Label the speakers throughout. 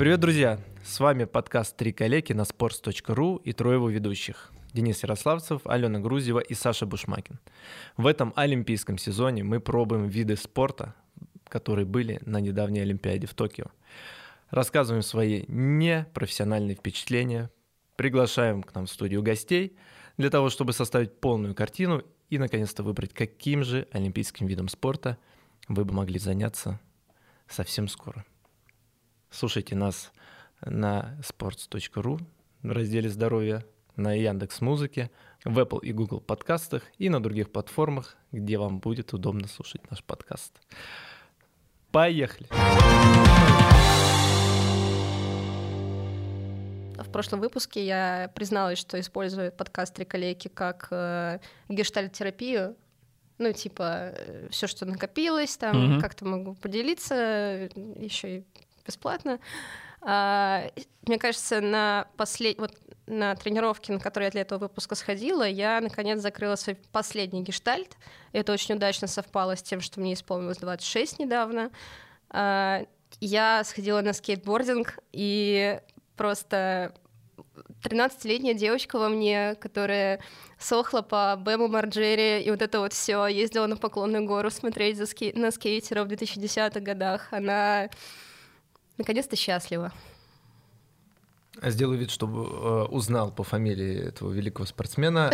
Speaker 1: Привет, друзья! С вами подкаст «Три коллеги» на sports.ru и трое его ведущих. Денис Ярославцев, Алена Грузева и Саша Бушмакин. В этом олимпийском сезоне мы пробуем виды спорта, которые были на недавней Олимпиаде в Токио. Рассказываем свои непрофессиональные впечатления, приглашаем к нам в студию гостей для того, чтобы составить полную картину и, наконец-то, выбрать, каким же олимпийским видом спорта вы бы могли заняться совсем скоро. Слушайте нас на sports.ru в разделе «Здоровье», на Яндекс.Музыке, в Apple и Google подкастах и на других платформах, где вам будет удобно слушать наш подкаст. Поехали!
Speaker 2: В прошлом выпуске я призналась, что использую подкаст «Три коллеги» как гештальт-терапию. Ну, типа, все, что накопилось, там как-то могу поделиться, еще и бесплатно. Мне кажется, на тренировке, на которой я для этого выпуска сходила, я, наконец, закрыла свой последний гештальт. Это очень удачно совпало с тем, что мне исполнилось 26 недавно. Я сходила на скейтбординг, и просто 13-летняя девочка во мне, которая сохла по Бэму Марджери, и вот это вот все, ездила на Поклонную гору смотреть на скейтеров в 2010-х годах, она наконец-то счастлива.
Speaker 1: Сделаю вид, чтобы узнал по фамилии этого великого спортсмена.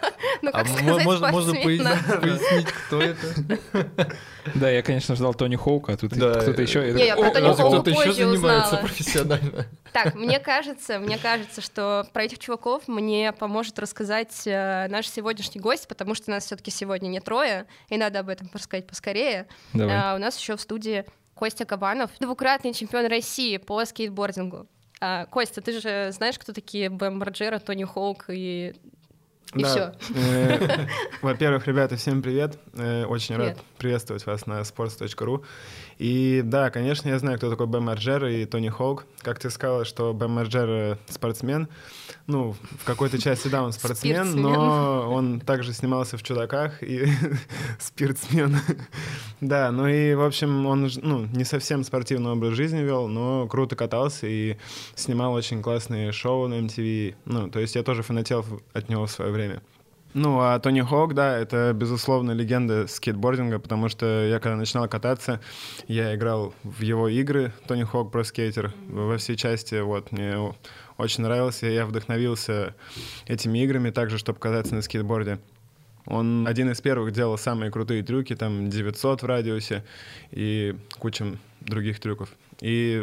Speaker 1: Можно пояснить, кто это?
Speaker 3: Да, я, конечно, ждал Тони Хоука, а тут кто-то еще.
Speaker 2: Не, я про Тони Хоука
Speaker 1: кто-то еще занимается
Speaker 2: узнала.
Speaker 1: Профессионально.
Speaker 2: Так, мне кажется, что про этих чуваков мне поможет рассказать наш сегодняшний гость, потому что нас все-таки сегодня не трое, и надо об этом рассказать поскорее. У нас еще в студии Костя Кабанов, двукратный чемпион России по скейтбордингу. Костя, ты же знаешь, кто такие Бэм Марджера, Тони Хоук и все?
Speaker 4: Во-первых, ребята, всем привет. Очень рад приветствовать вас на sports.ru. И да, конечно, я знаю, кто такой Бэм Марджер и Тони Хоук. Как ты сказала, что Бэм Марджер спортсмен. Ну, в какой-то части, да, он спортсмен, но он также снимался в «Чудаках» и спиртсмен. Да, ну и, в общем, он не совсем спортивный образ жизни вел, но круто катался и снимал очень классные шоу на MTV. Ну, то есть я тоже фанател от него в свое время. Ну, а Тони Хоук, да, это, безусловно, легенда скейтбординга, потому что я, когда начинал кататься, я играл в его игры «Тони Хоук Про Скейтер» во всей части, вот, мне очень нравился, я вдохновился этими играми также, чтобы кататься на скейтборде. Он один из первых делал самые крутые трюки, там 900 в радиусе и куча других трюков. И,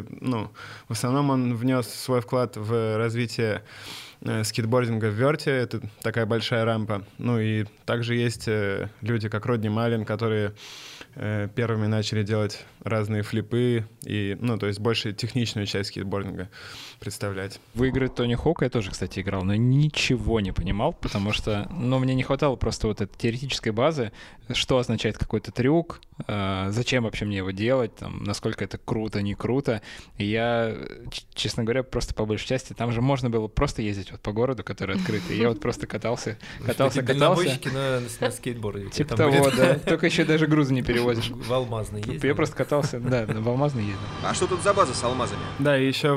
Speaker 4: в основном он внес свой вклад в развитие скейтбординга в Верте, это такая большая рампа. Ну и также есть люди, как Родни Маллин, которые первыми начали делать разные флипы и, то есть больше техничную часть скейтбординга представлять.
Speaker 3: В игры Тони Хоука я тоже, кстати, играл, но ничего не понимал, потому что, мне не хватало просто вот этой теоретической базы, что означает какой-то трюк, зачем вообще мне его делать, там, насколько это круто, не круто. И я, честно говоря, просто по большей части, там же можно было просто ездить вот по городу, который открытый. И я вот просто катался.
Speaker 1: Дальнобойщики на скейтборде.
Speaker 3: Типа того, да. Только еще даже грузы не перевозишь.
Speaker 1: В Алмазный ездил.
Speaker 3: Я просто катался, да, в Алмазный ездил.
Speaker 5: А что тут за база с алмазами?
Speaker 4: Да, и еще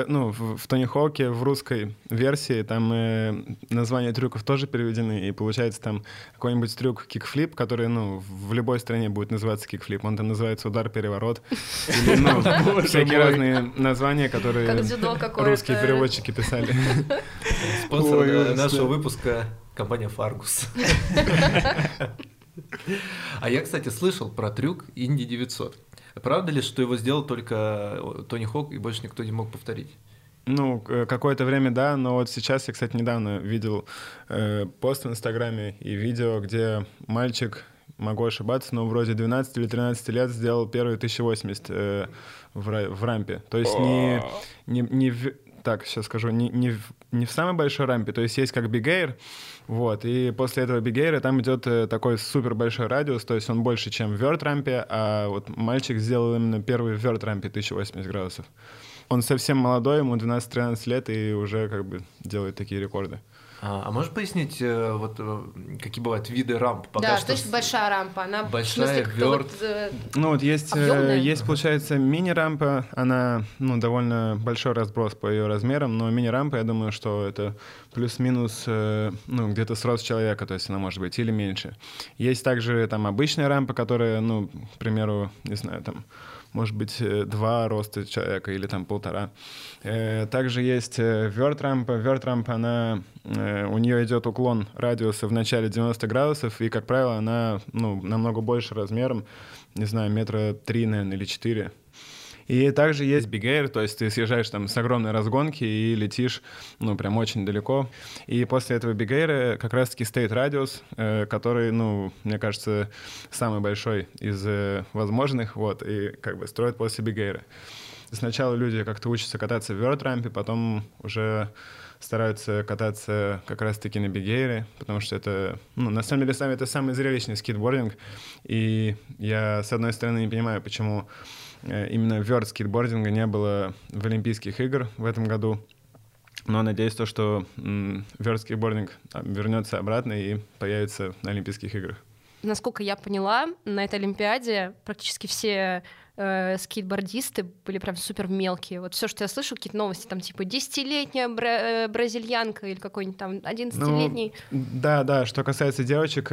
Speaker 4: в Тони Хоуке, в русской версии, там названия трюков тоже переведены, и получается там какой-нибудь трюк кикфлип, который, в любой стране будет называться кикфлип. Он там называется удар-переворот. Или, всякие разные названия, которые русские переводчики писали.
Speaker 1: Спонсор нашего выпуска — компания «Фаргус». А я, кстати, слышал про трюк Инди 900. Правда ли, что его сделал только Тони Хоук и больше никто не мог повторить?
Speaker 4: Какое-то время, да, но вот сейчас я, кстати, недавно видел пост в Инстаграме и видео, где мальчик, могу ошибаться, но вроде 12 или 13 лет сделал первый 1080 в рампе. То есть сейчас скажу, не в самой большой рампе, то есть есть как бигэйр, вот, и после этого бигэйра там идет такой супер большой радиус, то есть он больше, чем в вёрт-рампе, а вот мальчик сделал именно первый в вёрт-рампе 1080 градусов. Он совсем молодой, ему 12-13 лет, и уже как бы делает такие рекорды.
Speaker 1: А можешь пояснить, какие бывают виды рамп?
Speaker 2: Да, что значит большая рампа? Она
Speaker 1: большая,
Speaker 4: вёрт. Есть, получается, мини-рампа, она, довольно большой разброс по ее размерам, но мини-рампа, я думаю, что это плюс-минус, где-то с рост человека, то есть она может быть или меньше. Есть также там обычная рампа, которая, к примеру, не знаю, там, может быть, 2 роста человека или там 1,5. Также есть вёрт-рампа. Вёрт-рампа, у нее идет уклон радиуса в начале 90 градусов, и, как правило, она намного больше размером, не знаю, 3 метра, наверное, или 4. И также есть Big Air, то есть ты съезжаешь там с огромной разгонки и летишь, прям очень далеко. И после этого Big Air как раз-таки стоит радиус, который, мне кажется, самый большой из возможных, и как бы строят после Big Air. Сначала люди как-то учатся кататься в вёрт-рампе, потом уже стараются кататься как раз-таки на Big Air, потому что это, на самом деле, это самый зрелищный скейтбординг. И я, с одной стороны, не понимаю, почему именно вёрт-скейтбординга не было в Олимпийских играх в этом году. Но надеюсь, что вёрт-скейтбординг вернется обратно и появится на Олимпийских играх.
Speaker 2: Насколько я поняла, на этой Олимпиаде практически все скейтбордисты были прям супер мелкие. Вот все, что я слышу, какие-то новости, там типа 10-летняя бразильянка или какой-нибудь там 11-летний.
Speaker 4: Да, что касается девочек,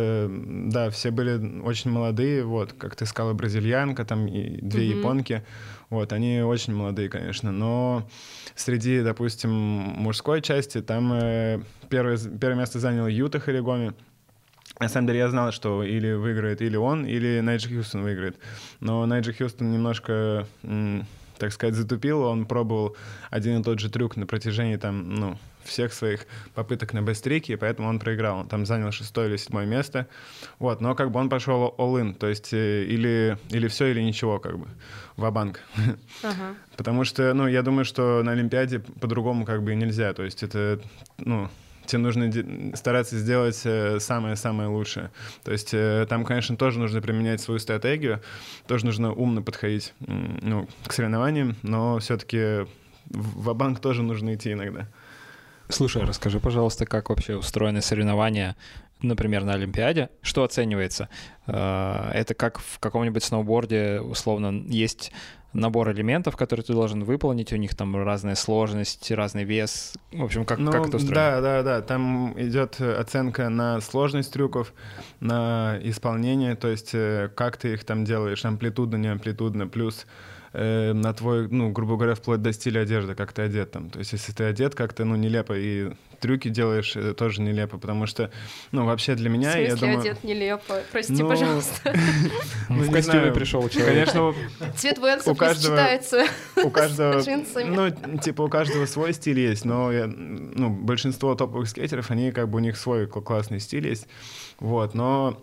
Speaker 4: да, все были очень молодые, как ты сказала, бразильянка, там и 2 японки, они очень молодые, конечно, но среди, допустим, мужской части там первое место занял Юта Хоригоми. На самом деле я знал, что или выиграет или он, или Найджел Хьюстон выиграет. Но Найджел Хьюстон немножко, так сказать, затупил. Он пробовал один и тот же трюк на протяжении там, всех своих попыток на бэст-трике, и поэтому он проиграл. Он там занял 6-е или 7-е место. Но как бы он пошел all-in, то есть или все, или ничего, как бы, ва-банк. Uh-huh. Потому что, я думаю, что на Олимпиаде по-другому как бы нельзя. То есть это, тебе нужно стараться сделать самое-самое лучшее. То есть там, конечно, тоже нужно применять свою стратегию, тоже нужно умно подходить к соревнованиям, но все-таки ва-банк тоже нужно идти иногда.
Speaker 3: Слушай, расскажи, пожалуйста, как вообще устроены соревнования, например, на Олимпиаде? Что оценивается? Это как в каком-нибудь сноуборде, условно, есть набор элементов, которые ты должен выполнить, у них там разная сложность, разный вес. В общем, как это устроено?
Speaker 4: Да. Там идет оценка на сложность трюков, на исполнение, то есть как ты их там делаешь, амплитудно, не амплитудно, плюс на твой, грубо говоря, вплоть до стиля одежды, как ты одет там. То есть если ты одет как-то, нелепо, и трюки делаешь тоже нелепо, потому что, вообще для меня,
Speaker 2: я думаю...
Speaker 4: В смысле
Speaker 2: одет нелепо? Прости, пожалуйста.
Speaker 3: В костюме пришел человек.
Speaker 4: Конечно,
Speaker 2: цвет венсов не сочетается
Speaker 4: с джинсами. У каждого свой стиль есть, но большинство топовых скейтеров, они как бы у них свой классный стиль есть, но...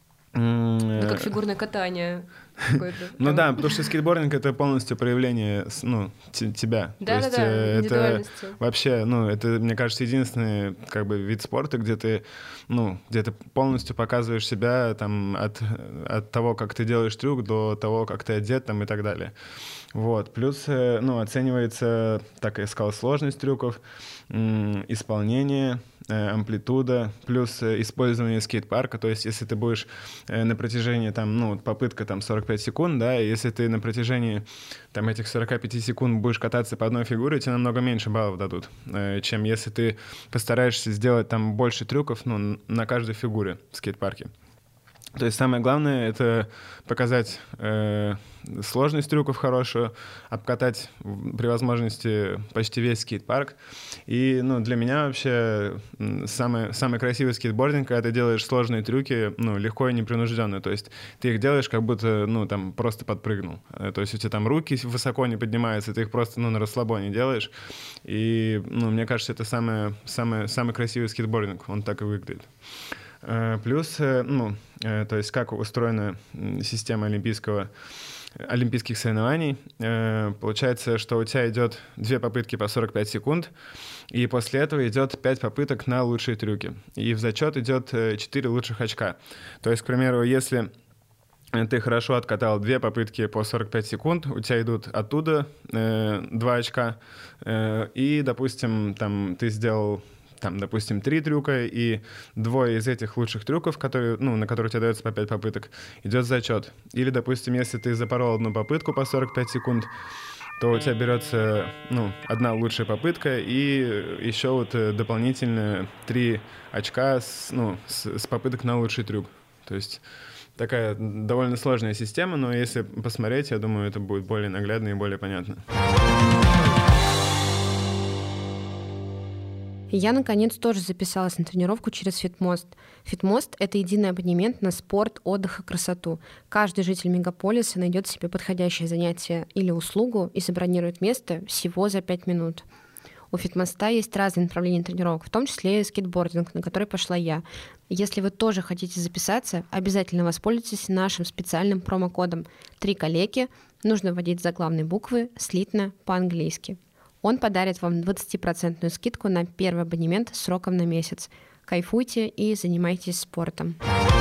Speaker 2: как фигурное катание.
Speaker 4: Да, потому что скейтбординг — это полностью проявление, тебя.
Speaker 2: Да, это
Speaker 4: вообще, это, мне кажется, единственный как бы вид спорта, где ты полностью показываешь себя там от того, как ты делаешь трюк, до того, как ты одет там и так далее. Плюс, оценивается, так я сказал, сложность трюков, исполнение, амплитуда, плюс использование скейт-парка. То есть если ты будешь на протяжении там, попытка там 45 секунд, да, и если ты на протяжении там этих 45 секунд будешь кататься по одной фигуре, тебе намного меньше баллов дадут, чем если ты постараешься сделать там больше трюков, на каждой фигуре в скейт-парке. То есть самое главное — это показать сложность трюков хорошую, обкатать при возможности почти весь скейт-парк. И для меня вообще самый красивый скейтбординг, когда ты делаешь сложные трюки легко и непринужденно. То есть ты их делаешь, как будто там просто подпрыгнул. То есть у тебя там руки высоко не поднимаются, ты их просто на расслабоне делаешь. И мне кажется, это самый красивый скейтбординг. Он так и выглядит. Плюс, то есть как устроена система олимпийских соревнований. Получается, что у тебя идет 2 попытки по 45 секунд, и после этого идет 5 попыток на лучшие трюки. И в зачет идет 4 лучших очка. То есть, к примеру, если ты хорошо откатал 2 попытки по 45 секунд, у тебя идут оттуда 2 очка, и, допустим, там ты сделал там, допустим, 3 трюка, и 2 из этих лучших трюков, которые, ну, на которые тебе дается по 5 попыток, идет зачет. Или, допустим, если ты запорол одну попытку по 45 секунд, то у тебя берется, ну, 1 лучшая попытка и еще вот дополнительно 3 очка с попыток на лучший трюк. То есть такая довольно сложная система, но если посмотреть, я думаю, это будет более наглядно и более понятно.
Speaker 2: Я, наконец, тоже записалась на тренировку через Фитмост. Фитмост — это единый абонемент на спорт, отдых и красоту. Каждый житель мегаполиса найдет себе подходящее занятие или услугу и забронирует место всего за 5 минут. У Фитмоста есть разные направления тренировок, в том числе и скейтбординг, на который пошла я. Если вы тоже хотите записаться, обязательно воспользуйтесь нашим специальным промокодом «3Калеки». Нужно вводить заглавные буквы слитно по-английски. Он подарит вам 20% скидку на первый абонемент сроком на месяц. Кайфуйте и занимайтесь спортом.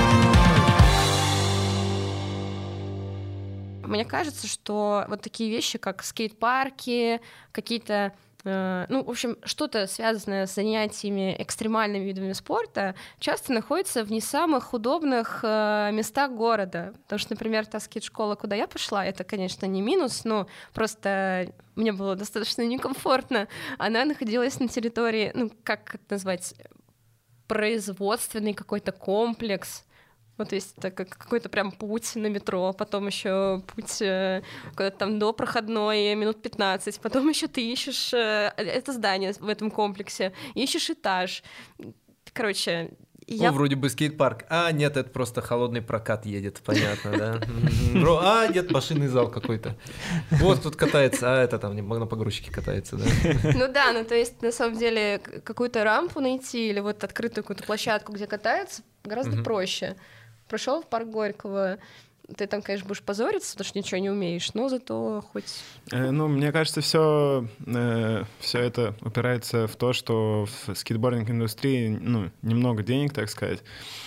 Speaker 2: Мне кажется, что вот такие вещи, как скейт-парки, какие-то, в общем, что-то связанное с занятиями экстремальными видами спорта, часто находятся в не самых удобных местах города. Потому что, например, та скейт-школа, куда я пошла, это, конечно, не минус, но просто мне было достаточно некомфортно. Она находилась на территории, как это назвать, производственный какой-то комплекс. Вот, то есть это какой-то прям путь на метро, потом еще путь куда-то там до проходной минут 15, потом еще ты ищешь это здание в этом комплексе, ищешь этаж. Короче,
Speaker 1: вроде бы скейт-парк. А, нет, это просто холодный прокат едет, понятно, да? А, нет, машинный зал какой-то. Вот тут катается, а это там на погрузчике катается, да?
Speaker 2: То есть на самом деле какую-то рампу найти или вот открытую какую-то площадку, где катаются, гораздо проще. Прошел в парк Горького, ты там, конечно, будешь позориться, потому что ничего не умеешь, но зато хоть...
Speaker 4: Мне кажется, все это упирается в то, что в скейтбординг-индустрии, немного денег, так сказать.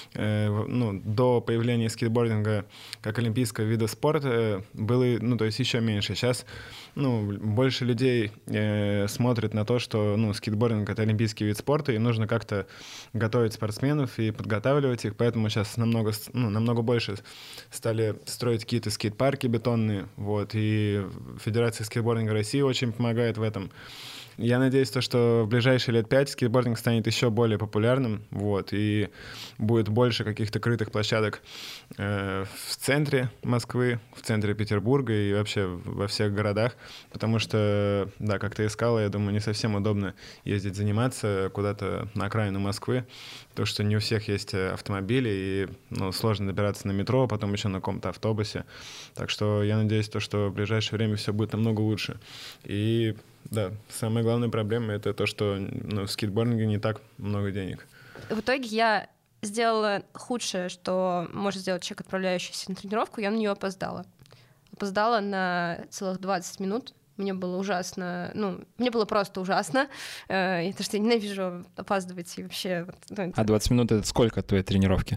Speaker 4: До появления скейтбординга как олимпийского вида спорта было, то есть еще меньше. Сейчас, больше людей смотрят на то, что, скейтбординг — это олимпийский вид спорта, и нужно как-то готовить спортсменов и подготавливать их, поэтому сейчас намного больше стали строить какие-то скейт-парки бетонные, вот, и Федерация скейтбординга России очень помогает в этом. Я надеюсь, что в ближайшие лет 5 скейтбординг станет еще более популярным, вот, и будет больше каких-то крытых площадок в центре Москвы, в центре Петербурга и вообще во всех городах, потому что, да, как ты искала, я думаю, не совсем удобно ездить заниматься куда-то на окраину Москвы, потому что не у всех есть автомобили, и сложно добираться на метро, потом еще на каком-то автобусе. Так что я надеюсь, что в ближайшее время все будет намного лучше. И да, самая главная проблема — это то, что в скейтбординге не так много денег.
Speaker 2: В итоге я сделала худшее, что может сделать человек, отправляющийся на тренировку. Я на нее опоздала. Опоздала на целых 20 минут. Мне было ужасно, мне было просто ужасно, потому что я ненавижу опаздывать и вообще...
Speaker 3: А 20 минут — это сколько от твоей тренировки?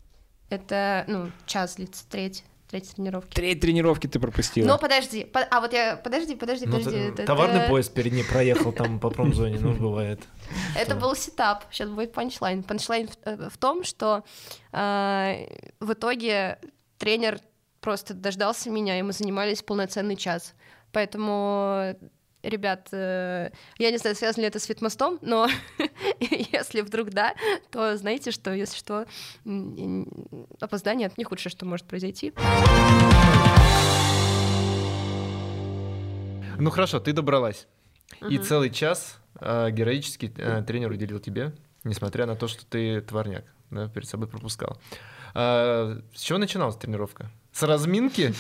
Speaker 2: Это, час длится, треть тренировки.
Speaker 3: Треть тренировки ты пропустила.
Speaker 2: Но подожди. Подожди.
Speaker 1: Товарный поезд перед ней проехал там по промзоне, бывает.
Speaker 2: Это был сетап, сейчас будет панчлайн. Панчлайн в том, что в итоге тренер просто дождался меня, и мы занимались полноценный час. Поэтому, ребят, я не знаю, связано ли это с Фитмостом, но если вдруг да, то знаете, что, если что, опоздание — это не худшее, что может произойти.
Speaker 1: Хорошо, ты добралась. И целый час героически тренер уделил тебе, несмотря на то, что ты творняк, да, перед собой пропускал. С чего начиналась тренировка? С разминки?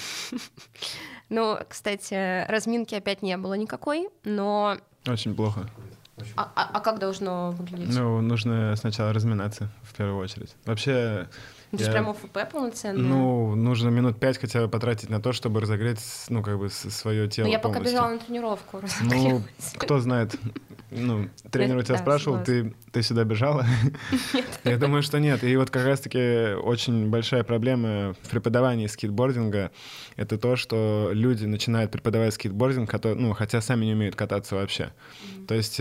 Speaker 2: Кстати, разминки опять не было никакой, но...
Speaker 4: Очень плохо.
Speaker 2: А как должно выглядеть?
Speaker 4: Нужно сначала разминаться, в первую очередь. Вообще...
Speaker 2: Это же прям ОФП полноценное?
Speaker 4: Нужно минут 5 хотя бы потратить на то, чтобы разогреть, свое тело полностью.
Speaker 2: Я пока бежала на тренировку.
Speaker 4: Кто знает. тренер у тебя спрашивал, ты сюда бежала?
Speaker 2: Нет.
Speaker 4: Я думаю, что нет. И вот как раз-таки очень большая проблема в преподавании скейтбординга — это то, что люди начинают преподавать скейтбординг, хотя сами не умеют кататься вообще. То есть,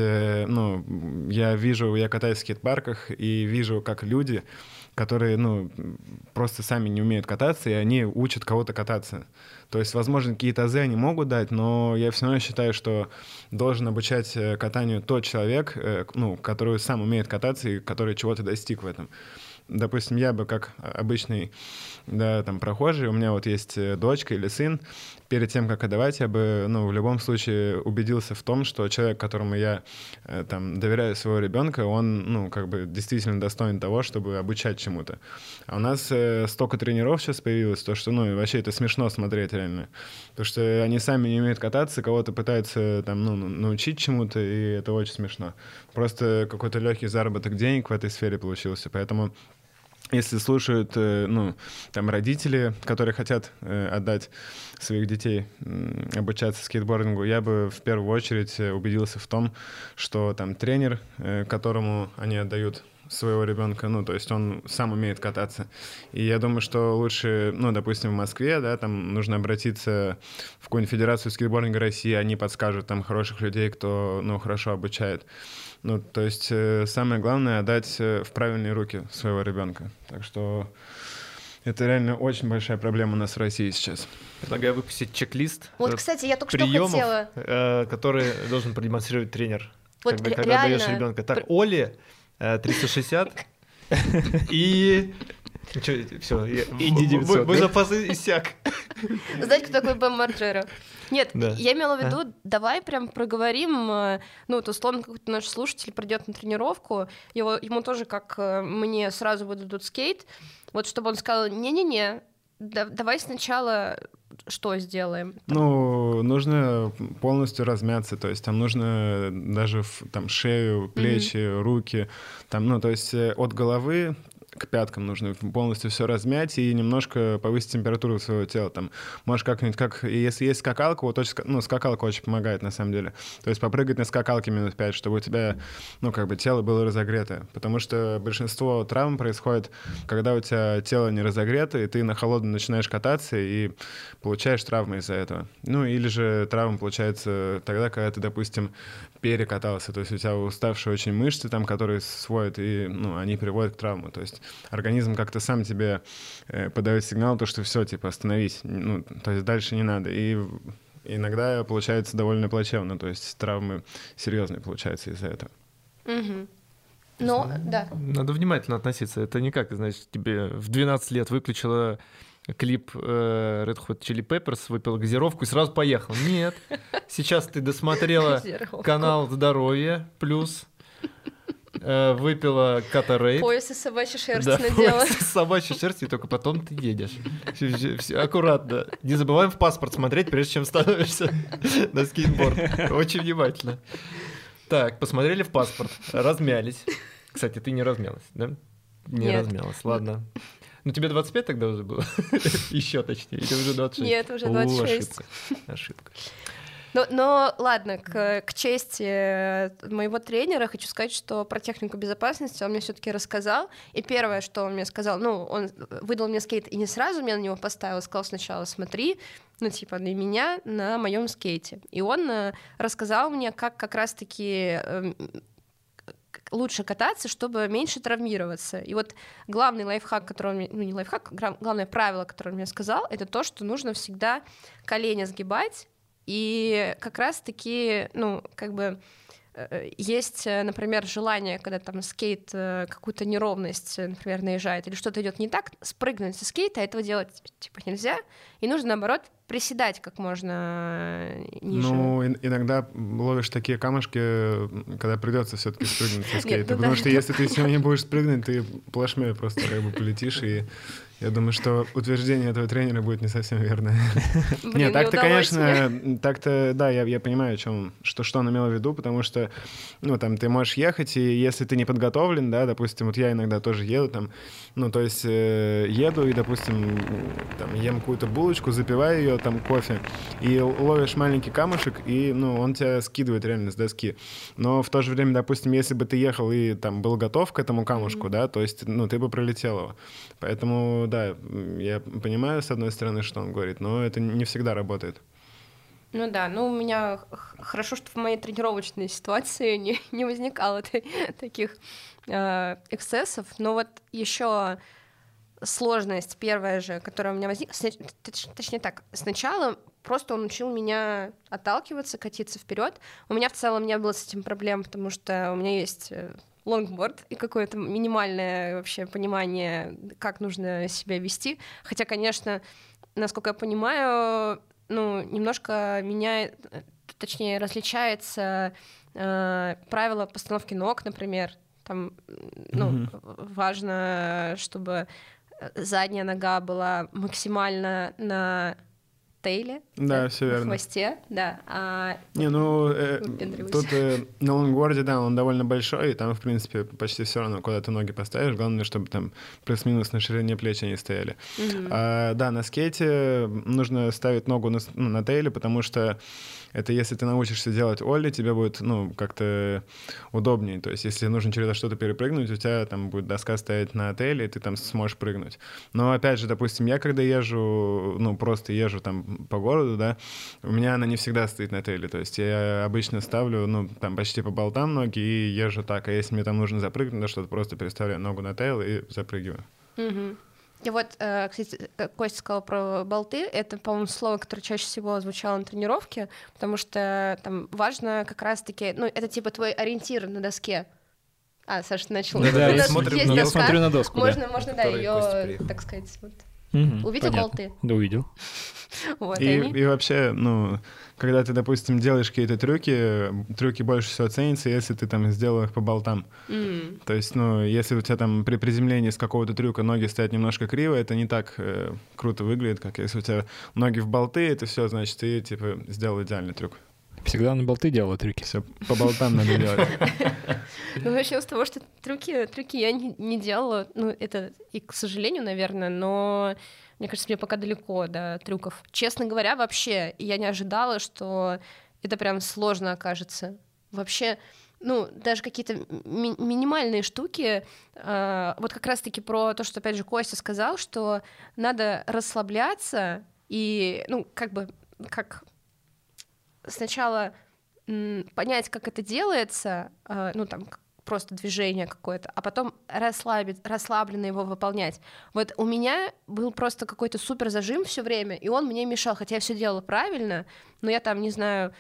Speaker 4: я катаюсь в скейт-парках и вижу, как люди, которые, просто сами не умеют кататься, и они учат кого-то кататься. То есть, возможно, какие-то азы они могут дать, но я все равно считаю, что должен обучать катанию тот человек, который сам умеет кататься и который чего-то достиг в этом. Допустим, я бы как обычный прохожий, у меня вот есть дочка или сын, перед тем, как отдавать, я бы в любом случае убедился в том, что человек, которому я доверяю своего ребенка, он действительно достоин того, чтобы обучать чему-то. А у нас столько тренеров сейчас появилось, то что вообще это смешно смотреть реально. Потому что они сами не умеют кататься, кого-то пытаются научить чему-то, и это очень смешно. Просто какой-то легкий заработок денег в этой сфере получился, поэтому... Если слушают, родители, которые хотят отдать своих детей обучаться скейтбордингу, я бы в первую очередь убедился в том, что тренер, которому они отдают своего ребенка, то есть он сам умеет кататься. И я думаю, что лучше, допустим, в Москве, нужно обратиться в какую-нибудь федерацию скейтбординга России, они подскажут хороших людей, кто, хорошо обучает. То есть самое главное — отдать в правильные руки своего ребенка. Так что это реально очень большая проблема у нас в России сейчас.
Speaker 1: Предлагаю выпустить чек-лист.
Speaker 2: Вот, кстати, я только
Speaker 1: приемов,
Speaker 2: что хотела...
Speaker 1: который должен продемонстрировать тренер.
Speaker 2: Вот
Speaker 1: когда
Speaker 2: реально...
Speaker 1: даешь ребенка. Так, Оле 360 и... Все,
Speaker 3: Инди 900.
Speaker 1: Мой запас иссяк.
Speaker 2: Знаете, кто такой Бэм Марджеро? Нет,
Speaker 1: да.
Speaker 2: Я имела в виду, давай прям проговорим, условно, какой-то наш слушатель придет на тренировку, ему тоже, как мне, сразу выдадут скейт, вот чтобы он сказал, не-не-не, давай сначала что сделаем?
Speaker 4: Нужно полностью размяться, то есть там нужно даже шею, плечи, руки, то есть от головы к пяткам нужно полностью все размять и немножко повысить температуру своего тела. Можешь как-нибудь, если есть скакалка, скакалка очень помогает на самом деле. То есть попрыгать на скакалке минут 5, чтобы у тебя, тело было разогрето. Потому что большинство травм происходит, когда у тебя тело не разогрето, и ты на холодном начинаешь кататься и получаешь травмы из-за этого. Или же травма получается тогда, когда ты, допустим, перекатался, то есть у тебя уставшие очень мышцы, которые сводят, и они приводят к травму. То есть организм как-то сам тебе подает сигнал, то, что все, остановись, то есть дальше не надо. И иногда получается довольно плачевно, то есть травмы серьезные получаются из-за этого.
Speaker 2: Угу. Да.
Speaker 1: Надо внимательно относиться. Это не как, тебе в 12 лет выключила клип Red Hot Chili Peppers, выпила газировку и сразу поехал. Нет. Сейчас ты досмотрела канал «Здоровье плюс», выпила Катарейд.
Speaker 2: Пояс из собачьей шерсти надела.
Speaker 1: Пояс из собачьей шерсти, и только потом ты едешь. Все аккуратно. Не забываем в паспорт смотреть, прежде чем становишься на скейтборд. Очень внимательно. Так, посмотрели в паспорт, размялись. Кстати, ты не размялась, да? Не размялась, ладно. Тебе 25 тогда уже было? Еще точнее, или уже 26?
Speaker 2: Нет, уже 26.
Speaker 1: Ошибка.
Speaker 2: Но ладно, к чести моего тренера хочу сказать, что про технику безопасности он мне все-таки рассказал. И первое, что он мне сказал, он выдал мне скейт и не сразу меня на него поставил, сказал сначала смотри, на меня на моем скейте. И он рассказал мне, как раз-таки лучше кататься, чтобы меньше травмироваться. И вот главный лайфхак, который он мне, не лайфхак, главное правило, которое он мне сказал, это то, что нужно всегда колени сгибать. И как раз-таки, есть, например, желание, когда скейт какую-то неровность, например, наезжает, или что-то идет не так, спрыгнуть со скейта, этого делать нельзя, и нужно, наоборот, приседать как можно ниже.
Speaker 4: Иногда ловишь такие камушки, когда придется все-таки спрыгнуть со скейта, потому что если ты сегодня не будешь спрыгнуть, ты плашмя просто полетишь, и Я думаю, что утверждение этого тренера будет не совсем верное. Нет, так-то, конечно, так-то, да, я понимаю, что он имел в виду, потому что, ну, там, ты можешь ехать, и если ты не подготовлен, да, допустим, вот я иногда тоже еду, там, ну, то есть еду и, допустим, там, ем какую-то булочку, запиваю ее, там, кофе, и ловишь маленький камушек, и, ну, он тебя скидывает реально с доски. Но в то же время, допустим, если бы ты ехал и, там, был готов к этому камушку, да, то есть, ну, ты бы пролетел его. Поэтому, да, я понимаю, с одной стороны, что он говорит, но это не всегда работает.
Speaker 2: Ну да, ну у меня хорошо, что в моей тренировочной ситуации не возникало таких эксцессов, но вот еще сложность первая же, которая у меня возникла, точнее так, сначала просто он учил меня отталкиваться, катиться вперед. У меня в целом не было с этим проблем, потому что у меня есть лонгборд и какое-то минимальное вообще понимание, как нужно себя вести. Хотя, конечно, насколько я понимаю, ну, немножко точнее, различается правило постановки ног, например. Там, ну, важно, чтобы задняя нога была максимально на тейле,
Speaker 4: да, все верно.
Speaker 2: На хвосте, да.
Speaker 4: Тут на лонгборде, да, он довольно большой, и там, в принципе, почти все равно, куда ты ноги поставишь, главное, чтобы там плюс-минус на ширине плеч они стояли. Да, на скейте нужно ставить ногу на тейле, потому что это если ты научишься делать олли, тебе будет, ну, как-то удобнее. То есть, если нужно через что-то перепрыгнуть, у тебя там будет доска стоять на тейле, и ты там сможешь прыгнуть. Но, опять же, допустим, я когда езжу, ну, просто езжу там по городу, да, у меня она не всегда стоит на тейле. То есть, я обычно ставлю, ну, там почти по болтам ноги и езжу так. А если мне там нужно запрыгнуть, то что-то просто переставляю ногу на тейл и запрыгиваю.
Speaker 2: И вот, кстати, Костя сказал про болты. Это, по-моему, слово, которое чаще всего звучало на тренировке, потому что там важно как раз-таки... Ну, это типа твой ориентир на доске. Саша, ты начал.
Speaker 3: Да, я смотрю на доску.
Speaker 2: Можно, да, ее, так сказать, вот. Увидел болты?
Speaker 3: Да, увидел.
Speaker 2: Вот,
Speaker 4: и вообще, ну, когда ты, допустим, делаешь какие-то трюки больше всего ценятся, если ты там сделал их по болтам. То есть, ну, если у тебя там при приземлении с какого-то трюка ноги стоят немножко криво, это не так круто выглядит, как если у тебя ноги в болты, это все, значит, ты, типа, сделал идеальный трюк.
Speaker 3: Всегда на болты делала трюки.
Speaker 4: Все по болтам надо делать.
Speaker 2: Ну, начнем с того, что трюки я не делала, ну, это и, к сожалению, наверное, но мне кажется, мне пока далеко до трюков. Честно говоря, вообще, я не ожидала, что это прям сложно окажется. Вообще, ну, даже какие-то минимальные штуки, вот как раз-таки про то, что, опять же, Костя сказал, что надо расслабляться и, ну, как сначала понять, как это делается, ну, там, просто движение какое-то, а потом расслабленно его выполнять. Вот у меня был просто какой-то супер зажим все время, и он мне мешал, хотя я все делала правильно, но я там, не знаю,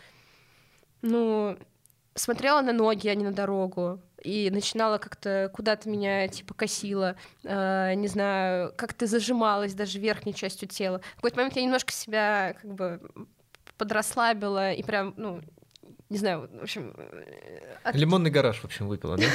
Speaker 2: ну, смотрела на ноги, а не на дорогу, и начинала как-то куда-то меня, типа, косила, не знаю, как-то зажималась даже верхней частью тела. В какой-то момент я немножко себя, как бы, подрасслабила и прям, ну, не знаю, в общем...
Speaker 1: Лимонный гараж, в общем, выпила, да?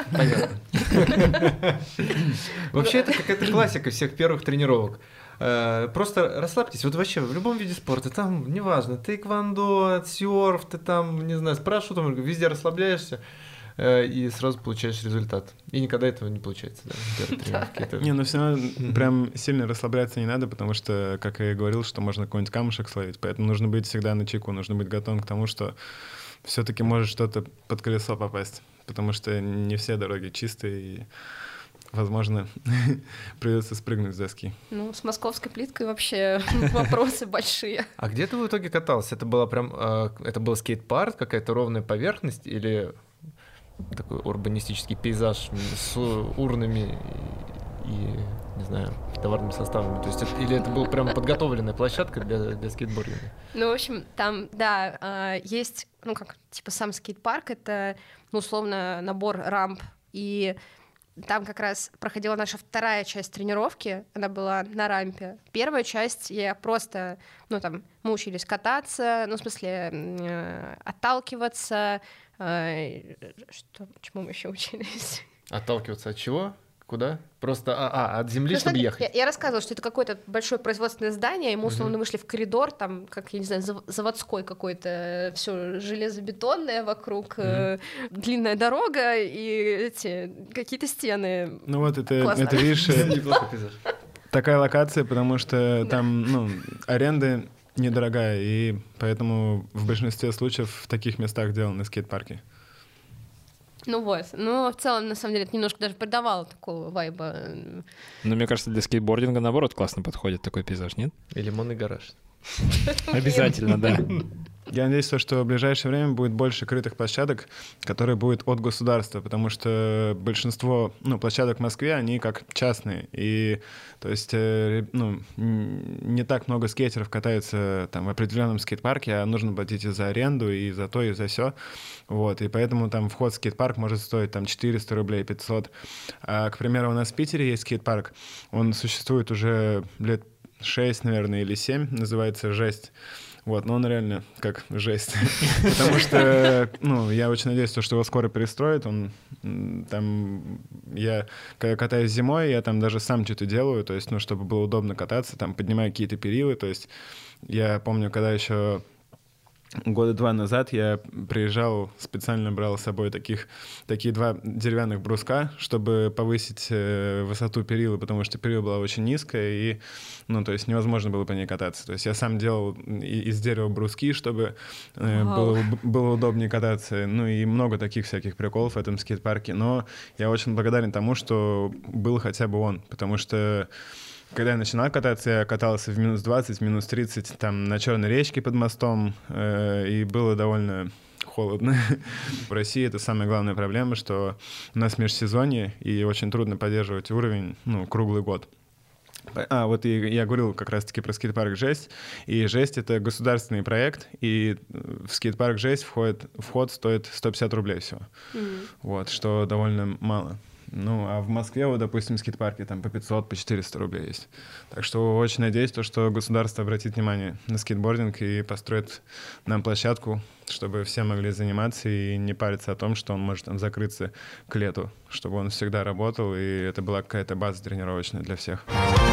Speaker 1: Понятно. Вообще, это какая-то классика всех первых тренировок. Просто расслабьтесь. Вот вообще в любом виде спорта, там, неважно, тэквондо, сёрф, ты там, не знаю, с парашютом, везде расслабляешься и сразу получаешь результат. И никогда этого не получается, да, в первой тренировке. Это...
Speaker 4: Не, ну все равно прям сильно расслабляться не надо, потому что, как я и говорил, что можно какой-нибудь камушек словить, поэтому нужно быть всегда начеку, нужно быть готовым к тому, что все-таки может что-то под колесо попасть, потому что не все дороги чистые, и, возможно, придется спрыгнуть с доски.
Speaker 2: Ну, с московской плиткой вообще вопросы большие.
Speaker 1: А где ты в итоге катался? Это было прям, это был скейт-парк, какая-то ровная поверхность или такой урбанистический пейзаж с урнами и, не знаю, товарными составами? То есть или это была прям подготовленная площадка для скейтбординга?
Speaker 2: Ну, в общем, там, да, есть, ну, как, типа, сам скейт-парк, это, ну, условно, набор рамп, и там как раз проходила наша вторая часть тренировки, она была на рампе. Первая часть я просто, ну, там, мы учились кататься, ну, в смысле, отталкиваться, чему мы еще учились?
Speaker 1: Отталкиваться от чего? Куда? Просто от земли, чтобы ехать.
Speaker 2: Я рассказывала, что это какое-то большое производственное здание, и мы условно вышли в коридор, там, как, я не знаю, заводской какой-то, все железобетонное вокруг, длинная дорога и эти какие-то стены.
Speaker 4: Ну вот это видишь, такая локация, потому что там, аренда недорогая, и поэтому в большинстве случаев в таких местах деланы скейт-парки.
Speaker 2: Ну вот, в целом, на самом деле, это немножко даже придавало такого вайба.
Speaker 3: Ну, мне кажется, для скейтбординга, наоборот, классно подходит такой пейзаж, нет?
Speaker 1: И лимонный гараж.
Speaker 3: Обязательно, да.
Speaker 4: Я надеюсь, что в ближайшее время будет больше крытых площадок, которые будут от государства, потому что большинство площадок в Москве, они как частные. И то есть не так много скейтеров катаются там в определенном скейт-парке, а нужно платить и за аренду, и за то, и за все. Вот. И поэтому там вход в скейт-парк может стоить там 400 рублей, 500. А, к примеру, у нас в Питере есть скейт-парк. Он существует уже лет 6, наверное, или 7, называется «Жесть». Вот, но он реально как жесть. Потому что, я очень надеюсь, что его скоро перестроят. Я, когда катаюсь зимой, я там даже сам что-то делаю, то есть, чтобы было удобно кататься, там поднимаю какие-то перилы. То есть я помню, когда еще года 2 назад я приезжал, специально брал с собой такие 2 деревянных бруска, чтобы повысить высоту перилы, потому что перила была очень низкая, и, то есть невозможно было по ней кататься. То есть я сам делал из дерева бруски, чтобы было удобнее кататься. И много таких всяких приколов в этом скейт-парке. Но я очень благодарен тому, что был хотя бы он, потому что когда я начинал кататься, я катался в минус 20, в минус 30, там, на Черной речке под мостом, и было довольно холодно. В России это самая главная проблема, что у нас межсезонье, и очень трудно поддерживать уровень, круглый год. Вот я говорил как раз-таки про скейт-парк «Жесть», и «Жесть» — это государственный проект, и в скейт-парк «Жесть» вход стоит 150 рублей всего, вот, что довольно мало. А в Москве, вот, допустим, скейт-парки там по 500, по 400 рублей есть. Так что очень надеюсь, что государство обратит внимание на скейтбординг и построит нам площадку, чтобы все могли заниматься и не париться о том, что он может там закрыться к лету, чтобы он всегда работал, и это была какая-то база тренировочная для всех.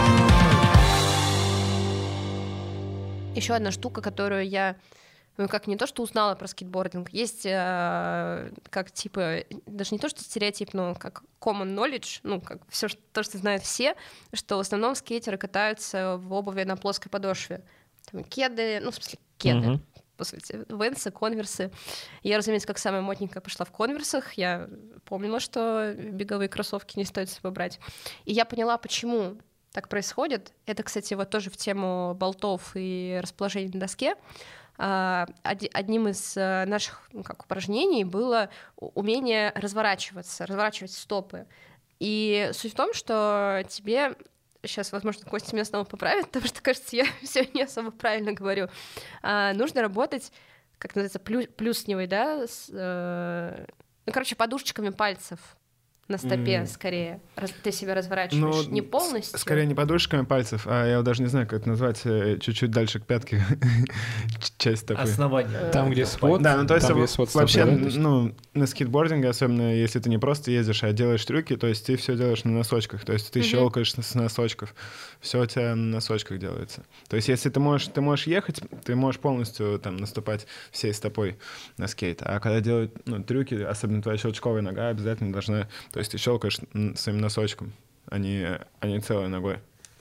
Speaker 2: Еще одна штука, которую я как не то, что узнала про скейтбординг, есть как типа, даже не то, что стереотип, но как common knowledge, как все то, что знают все, что в основном скейтеры катаются в обуви на плоской подошве. Там кеды, в смысле кеды, по сути, венсы, конверсы. Я, разумеется, как самая модненькая пошла в конверсах. Я помнила, что беговые кроссовки не стоит с собой брать. И я поняла, почему так происходит. Это, кстати, вот тоже в тему болтов и расположения на доске. Одним из наших упражнений было умение разворачивать стопы. И суть в том, что тебе, сейчас, возможно, Костя меня снова поправит, потому что, кажется, я все не особо правильно говорю, нужно работать, как называется, плюсневой, да, подушечками пальцев на стопе скорее. Ты себя разворачиваешь не полностью.
Speaker 4: Скорее не подушечками пальцев, а я даже не знаю, как это назвать, чуть-чуть дальше к пятке часть стопы.
Speaker 1: Основание.
Speaker 3: Там, где свод.
Speaker 4: Да, то есть
Speaker 3: свод
Speaker 4: вообще, на скейтбординге, особенно если ты не просто ездишь, а делаешь трюки, то есть ты все делаешь на носочках, то есть ты щелкаешь с носочков, все у тебя на носочках делается. То есть если ты можешь ехать, ты можешь полностью там наступать всей стопой на скейт, а когда делают трюки, особенно твоя щелчковая нога обязательно должна... То есть ты щелкаешь своим носочком, а не целой ногой.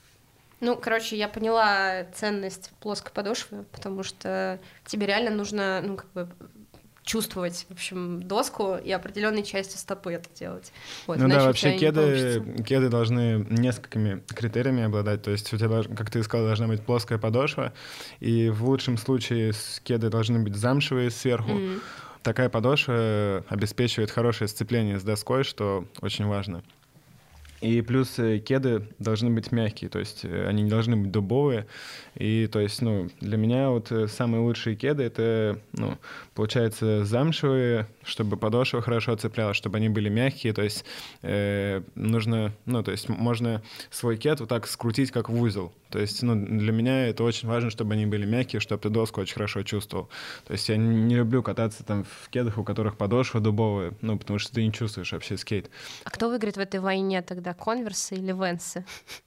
Speaker 2: Я поняла ценность плоской подошвы, потому что тебе реально нужно, чувствовать, в общем, доску и определенной части стопы это делать. Вот,
Speaker 4: вообще кеды должны несколькими критериями обладать. То есть у тебя, как ты сказал, должна быть плоская подошва, и в лучшем случае кеды должны быть замшевые сверху. Такая подошва обеспечивает хорошее сцепление с доской, что очень важно. И плюс кеды должны быть мягкие, то есть они не должны быть дубовые. И то есть, для меня вот самые лучшие кеды — это, получается, замшевые, чтобы подошва хорошо цеплялась, чтобы они были мягкие. То есть нужно, то есть можно свой кед вот так скрутить, как в узел. То есть, для меня это очень важно, чтобы они были мягкие, чтобы ты доску очень хорошо чувствовал. То есть я не люблю кататься там в кедах, у которых подошва дубовая, потому что ты не чувствуешь вообще скейт.
Speaker 2: А кто выиграет в этой войне тогда? это конверсы или венсы?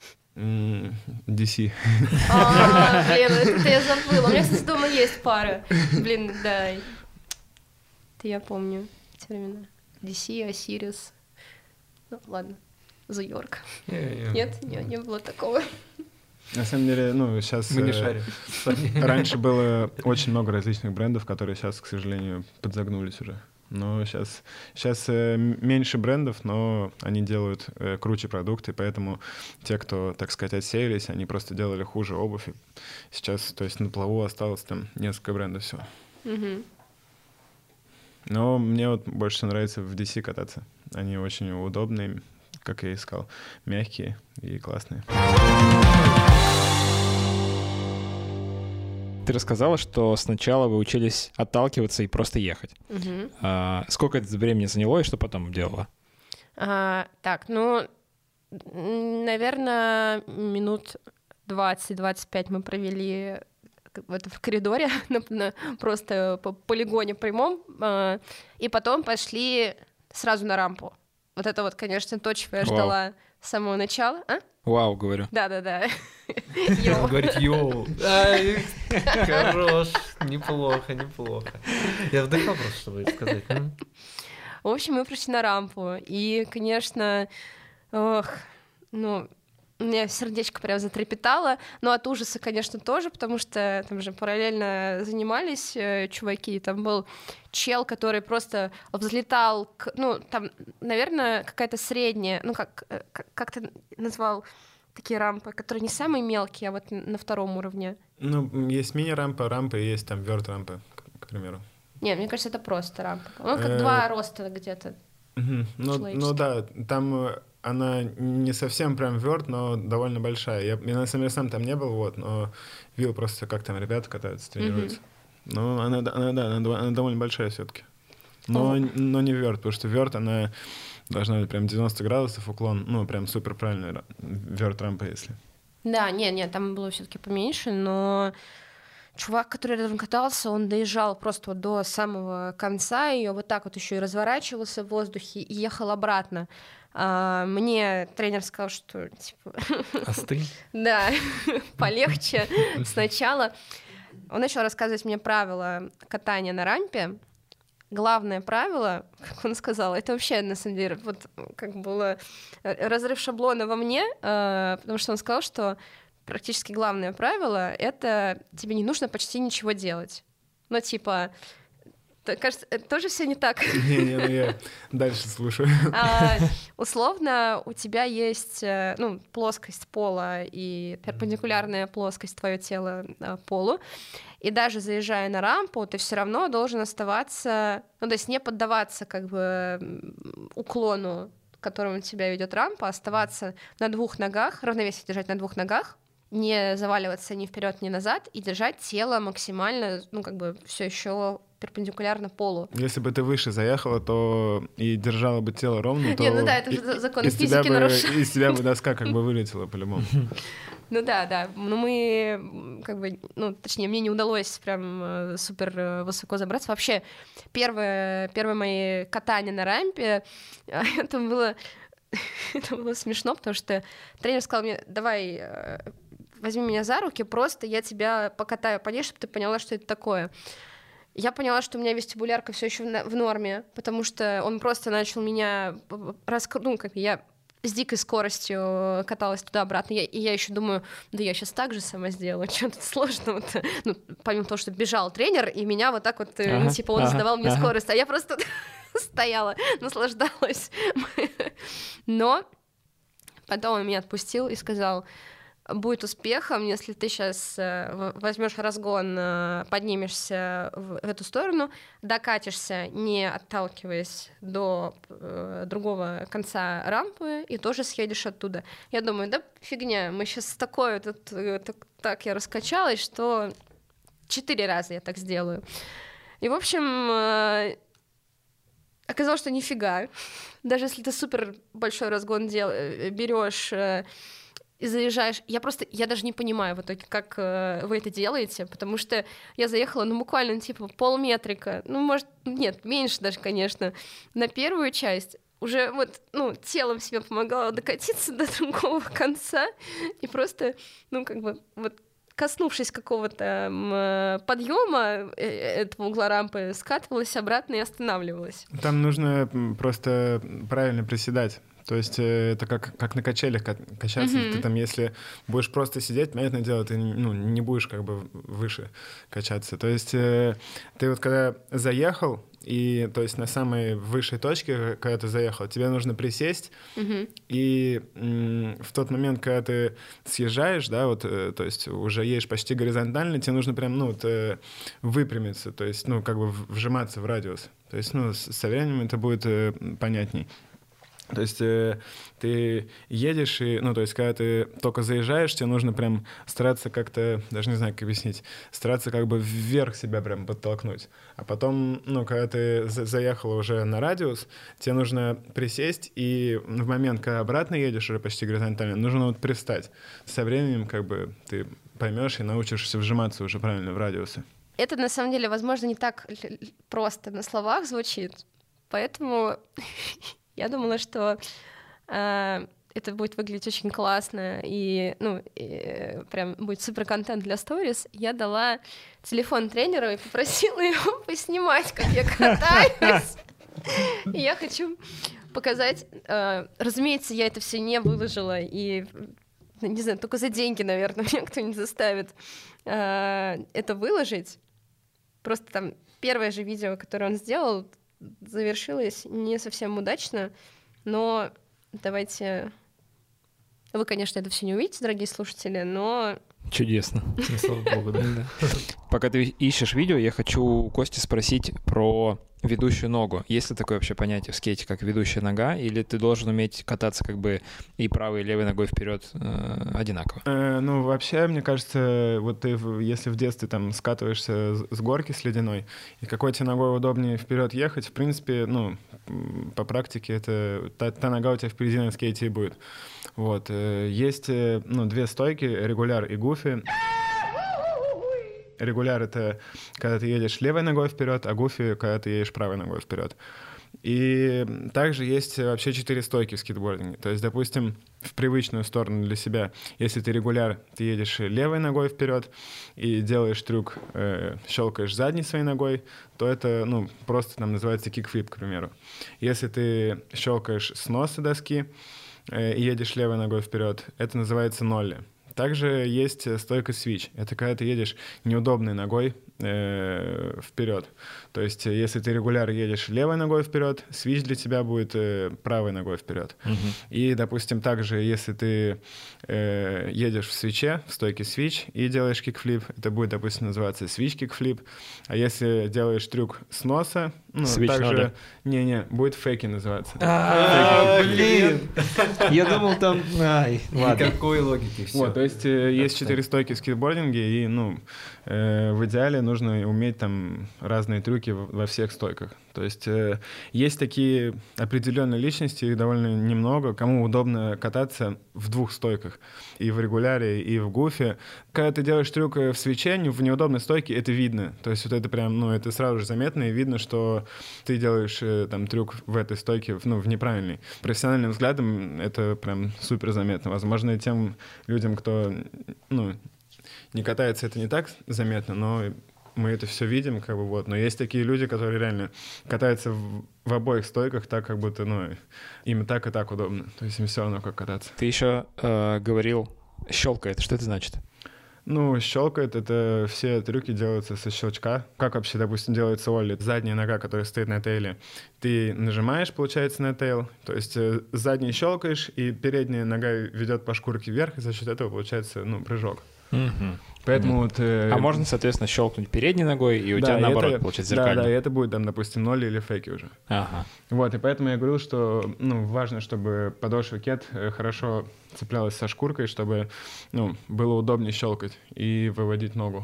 Speaker 4: DC.
Speaker 2: Блин, это я забыла. У меня, кстати, дома есть пара. Блин, да. Это я помню эти времена. DC, Osiris. Ну, ладно. The York. Нет, не было такого.
Speaker 4: На самом деле, сейчас...
Speaker 1: Мы не шарим.
Speaker 4: Раньше было очень много различных брендов, которые сейчас, к сожалению, подзагнулись уже. Но сейчас меньше брендов, но они делают круче продукты, поэтому те, кто, так сказать, отсеялись, они просто делали хуже обувь. И сейчас, то есть на плаву осталось там несколько брендов всего. Но мне вот больше всего нравится в DC кататься. Они очень удобные, как я и сказал, мягкие и классные.
Speaker 3: Ты рассказала, что сначала вы учились отталкиваться и просто ехать. Сколько это времени заняло и что потом делала?
Speaker 2: Так, наверное, минут 20-25 мы провели в коридоре, просто по полигоне прямом, и потом пошли сразу на рампу. Вот это вот, конечно, то, чего я ждала с самого начала.
Speaker 3: Вау, говорю.
Speaker 2: Да-да-да.
Speaker 1: Он говорит йоу. Хорош. Неплохо. Я вдыхал просто, чтобы сказать.
Speaker 2: В общем, мы пришли на рампу. И, конечно, у меня сердечко прям затрепетало. Но от ужаса, конечно, тоже, потому что там же параллельно занимались чуваки. Там был чел, который просто взлетал, там, наверное, какая-то средняя, как ты назвал такие рампы, которые не самые мелкие, а вот на втором уровне.
Speaker 4: Есть мини-рампа, рампа и есть там вёрт-рампа, к примеру.
Speaker 2: Нет, мне кажется, это просто рампа. Как два роста где-то.
Speaker 4: Да, там она не совсем прям вёрт, но довольно большая. Я на самом деле сам там не был, но видел просто, как там ребята катаются, тренируются. Она довольно большая все-таки. Но не вёрт, потому что вёрт, она должна быть прям 90 градусов уклон, прям супер правильная вёрт-рампа, если.
Speaker 2: Да, нет, там было все-таки поменьше, но чувак, который рядом катался, он доезжал просто до самого конца ее, вот так вот еще и разворачивался в воздухе и ехал обратно. Мне тренер сказал, что типа...
Speaker 1: Остынь.
Speaker 2: Да, полегче сначала. Он начал рассказывать мне правила катания на рампе. Главное правило, как он сказал, это вообще, на самом деле, вот как было разрыв шаблона во мне, потому что он сказал, что практически главное правило — это тебе не нужно почти ничего делать. Кажется, это тоже все не так.
Speaker 4: Не, я дальше слушаю.
Speaker 2: Условно, у тебя есть плоскость пола и перпендикулярная плоскость твое тело полу, и даже заезжая на рампу, ты все равно должен оставаться, то есть не поддаваться как бы уклону, к которому тебя ведет рампа, оставаться на двух ногах, равновесие держать на двух ногах, не заваливаться ни вперед, ни назад, и держать тело максимально, все еще перпендикулярно полу.
Speaker 4: Если бы ты выше заехала, то и держала бы тело ровно, то...
Speaker 2: это же закон физики нарушает.
Speaker 4: Из тебя бы доска как бы вылетела по-любому.
Speaker 2: Да. Но мы, точнее, мне не удалось прям супер высоко забраться. Вообще, первое мои катания на рампе, это было смешно, потому что тренер сказал мне: давай, возьми меня за руки, просто я тебя покатаю по ней, чтобы ты поняла, что это такое. Я поняла, что у меня вестибулярка все еще в норме, потому что он просто начал меня я с дикой скоростью каталась туда-обратно, и я еще думаю, да я сейчас так же сама сделаю, что тут сложного-то. Помимо того, что бежал тренер, и меня вот так вот, он задавал мне скорость, а я просто стояла, наслаждалась. Но потом он меня отпустил и сказал: будет успехом, если ты сейчас возьмешь разгон, поднимешься в эту сторону, докатишься, не отталкиваясь до другого конца рампы, и тоже съедешь оттуда. Я думаю, да фигня, мы сейчас такое, так я раскачалась, что 4 раза я так сделаю. И, в общем, оказалось, что нифига. Даже если ты супер большой разгон берешь и заезжаешь, я даже не понимаю в итоге, как вы это делаете, потому что я заехала, буквально, полметрика, может, нет, меньше даже, конечно, на первую часть, уже вот, ну, телом себе помогала докатиться до другого конца и просто, ну, как бы вот коснувшись какого-то подъема этого угла рампы, скатывалась обратно и останавливалась.
Speaker 4: Там нужно просто правильно приседать. То есть это как на качелях качаться. Ты там, если будешь просто сидеть, понятное дело, ты не будешь как бы выше качаться. То есть ты вот когда заехал, и то есть на самой высшей точке, когда ты заехал, тебе нужно присесть, и в тот момент, когда ты съезжаешь, да, вот, то есть уже едешь почти горизонтально, тебе нужно прям, ну, вот, выпрямиться, то есть, ну, как бы вжиматься в радиус. То есть, ну, со временем это будет понятней. То есть ты едешь, и, ну, то есть когда ты только заезжаешь, тебе нужно прям стараться как-то, даже не знаю, как объяснить, стараться как бы вверх себя прям подтолкнуть. А потом, ну, когда ты заехал уже на радиус, тебе нужно присесть, и в момент, когда обратно едешь, уже почти горизонтально, нужно вот привстать. Со временем как бы ты поймешь и научишься вжиматься уже правильно в радиусы.
Speaker 2: Это, на самом деле, возможно, не так просто на словах звучит, поэтому... Я думала, что это будет выглядеть очень классно и, ну, прям будет супер контент для сторис. Я дала телефон тренеру и попросила его поснимать, как я катаюсь. И я хочу показать. Разумеется, я это все не выложила, и, не знаю, только за деньги, наверное, меня кто-нибудь заставит это выложить. Просто там первое же видео, которое он сделал, завершилось не совсем удачно, но давайте... Вы, конечно, это все не увидите, дорогие слушатели, но...
Speaker 3: Чудесно.
Speaker 1: Слава богу, да.
Speaker 3: Пока ты ищешь видео, я хочу у Кости спросить про ведущую ногу. Есть ли такое вообще понятие в скейте, как ведущая нога, или ты должен уметь кататься как бы и правой, и левой ногой вперед одинаково?
Speaker 4: Ну, вообще, мне кажется, вот ты, если в детстве там скатываешься с горки с ледяной, и какой тебе ногой удобнее вперед ехать, в принципе, ну, по практике это та нога у тебя впереди на скейте и будет. Вот. Есть, ну, две стойки, регуляр и гуфи. Регуляр — это когда ты едешь левой ногой вперед, а гуфи — когда ты едешь правой ногой вперед. И также есть вообще 4 стойки в скейтбординге. То есть, допустим, в привычную сторону для себя, если ты регуляр, ты едешь левой ногой вперед и делаешь трюк, щелкаешь задней своей ногой, то это, ну, просто там называется кикфлип, к примеру. Если ты щелкаешь с носа доски и едешь левой ногой вперед, это называется нолли. Также есть стойка свич. Это когда ты едешь неудобной ногой вперед. То есть, если ты регуляр едешь левой ногой вперед, свич для тебя будет правой ногой вперед. И, допустим, также, если ты едешь в свиче, в стойке свич, и делаешь кикфлип, это будет, допустим, называться свич-кикфлип. А если делаешь трюк с носа, ну, также... Не, будет фейки называться.
Speaker 1: Блин! Я думал, там... Никакой логики, все.
Speaker 4: Вот, то есть, есть 4 стойки в скейтбординге, и, ну, в идеале нужно уметь там разные трюки во всех стойках. То есть есть такие определенные личности, их довольно немного, кому удобно кататься в 2 стойках, и в регуляре, и в гуфе. Когда ты делаешь трюк в свиче, в неудобной стойке, это видно. То есть вот это прям, ну, это сразу же заметно, и видно, что ты делаешь там трюк в этой стойке, ну, в неправильной. Профессиональным взглядом это прям супер заметно. Возможно, тем людям, кто, ну, не катается, это не так заметно, но мы это все видим, как бы, вот. Но есть такие люди, которые реально катаются в обоих стойках так, как будто, ну, им так и так удобно. То есть им все равно, как кататься.
Speaker 3: Ты еще говорил щелкает. Что это значит?
Speaker 4: Ну, щелкает — это все трюки делаются со щелчка. Как вообще, допустим, делается олли? Задняя нога, которая стоит на тейле, ты нажимаешь, получается, на тейл, то есть задней щелкаешь, и передняя нога ведет по шкурке вверх, и за счет этого получается, ну, прыжок. Поэтому вот...
Speaker 3: А можно, соответственно, щелкнуть передней ногой, и у тебя наоборот получается зеркально.
Speaker 4: Да, и это будет там, допустим, нолли или фейки уже.
Speaker 3: Ага.
Speaker 4: Вот, и поэтому я говорил, что, ну, важно, чтобы подошва кед хорошо цеплялась со шкуркой, чтобы, ну, было удобнее щелкать и выводить ногу.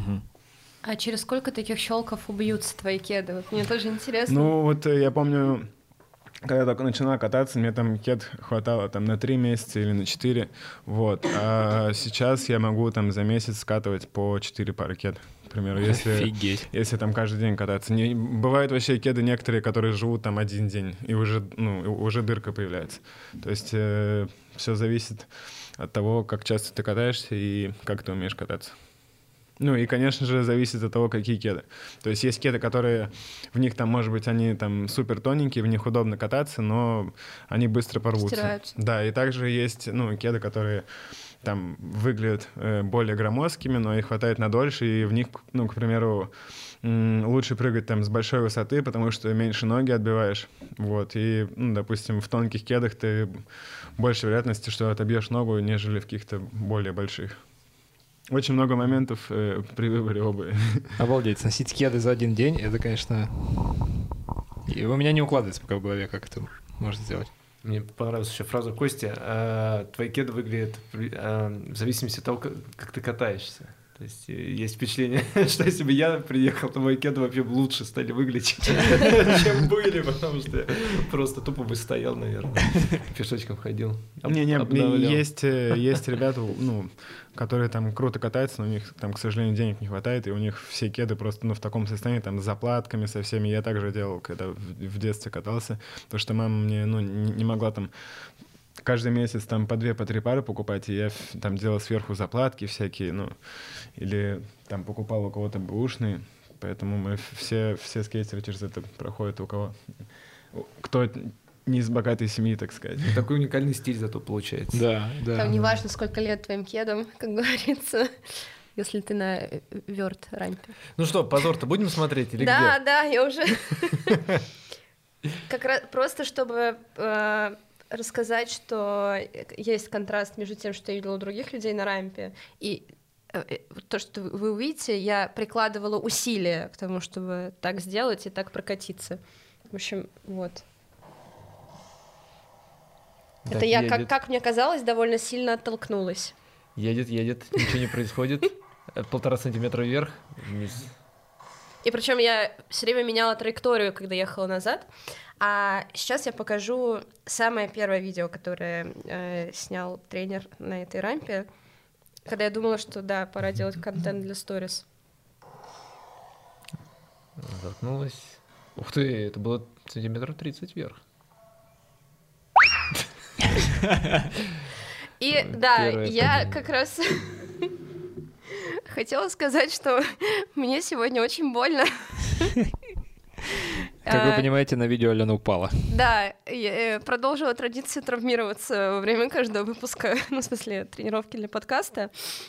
Speaker 2: А через сколько таких щелков убьются твои кеды? Вот мне тоже интересно.
Speaker 4: Ну, вот я помню... Когда я только начинал кататься, мне там кед хватало там на 3 месяца или на 4, вот. А сейчас я могу там за месяц скатывать по 4 пары кед. примеру,
Speaker 3: Офигеть.
Speaker 4: там каждый день кататься. Бывают вообще кеды некоторые, которые живут там один день, и уже дырка появляется. То есть все зависит от того, как часто ты катаешься и как ты умеешь кататься. Ну и, конечно же, зависит от того, какие кеды. То есть есть кеды, которые в них там, может быть, они там супер тоненькие, в них удобно кататься, но они быстро порвутся.
Speaker 2: Стираются.
Speaker 4: Да, и также есть, кеды, которые там выглядят более громоздкими, но их хватает на дольше, и в них, к примеру, лучше прыгать там с большой высоты, потому что меньше ноги отбиваешь. Вот, и, допустим, в тонких кедах ты больше вероятности, что отобьешь ногу, нежели в каких-то более больших. Очень много моментов при выборе обуви.
Speaker 3: Обалдеть, сносить кеды за один день, это, конечно... И у меня не укладывается пока в голове, как это можно сделать.
Speaker 1: Мне понравилась еще фраза Кости. Твои кеды выглядят в зависимости от того, как ты катаешься. То есть есть впечатление, что если бы я приехал, то мои кеды вообще лучше стали выглядеть, чем были, потому что я просто тупо бы стоял, наверное, пешочком ходил.
Speaker 4: Есть ребята, которые там круто катаются, но у них там, к сожалению, денег не хватает, и у них все кеды просто в таком состоянии, там, с заплатками, со всеми. Я также делал, когда в детстве катался, потому что мама мне, не могла там каждый месяц там по 2-3 пары покупать, и я там делал сверху заплатки всякие, или там покупал у кого-то бэушные, поэтому мы все скейтеры через это проходят, кто не из богатой семьи, так сказать.
Speaker 1: Такой уникальный стиль зато получается.
Speaker 3: Да.
Speaker 2: Там не важно, сколько лет твоим кедам, как говорится, если ты на вёрт-рампе.
Speaker 1: Ну что, позор-то будем смотреть или где?
Speaker 2: Да, я уже... Как раз просто, чтобы рассказать, что есть контраст между тем, что я видела у других людей на рампе, и то, что вы увидите, я прикладывала усилия к тому, чтобы так сделать и так прокатиться. В общем, вот.
Speaker 1: Так,
Speaker 2: это я, как мне казалось, довольно сильно оттолкнулась.
Speaker 1: Едет, ничего не происходит. 1,5 сантиметра вверх, вниз.
Speaker 2: И причем я все время меняла траекторию, когда ехала назад. А сейчас я покажу самое первое видео, которое снял тренер на этой рампе, когда я думала, что да, пора делать контент для сторис.
Speaker 1: Заткнулась. Ух ты, это было сантиметров 30 вверх.
Speaker 2: И да, я как раз хотела сказать, что мне сегодня очень больно.
Speaker 3: Как вы понимаете, на видео Алена упала.
Speaker 2: Да, я продолжила традицию травмироваться во время каждого выпуска, в смысле, тренировки для подкаста.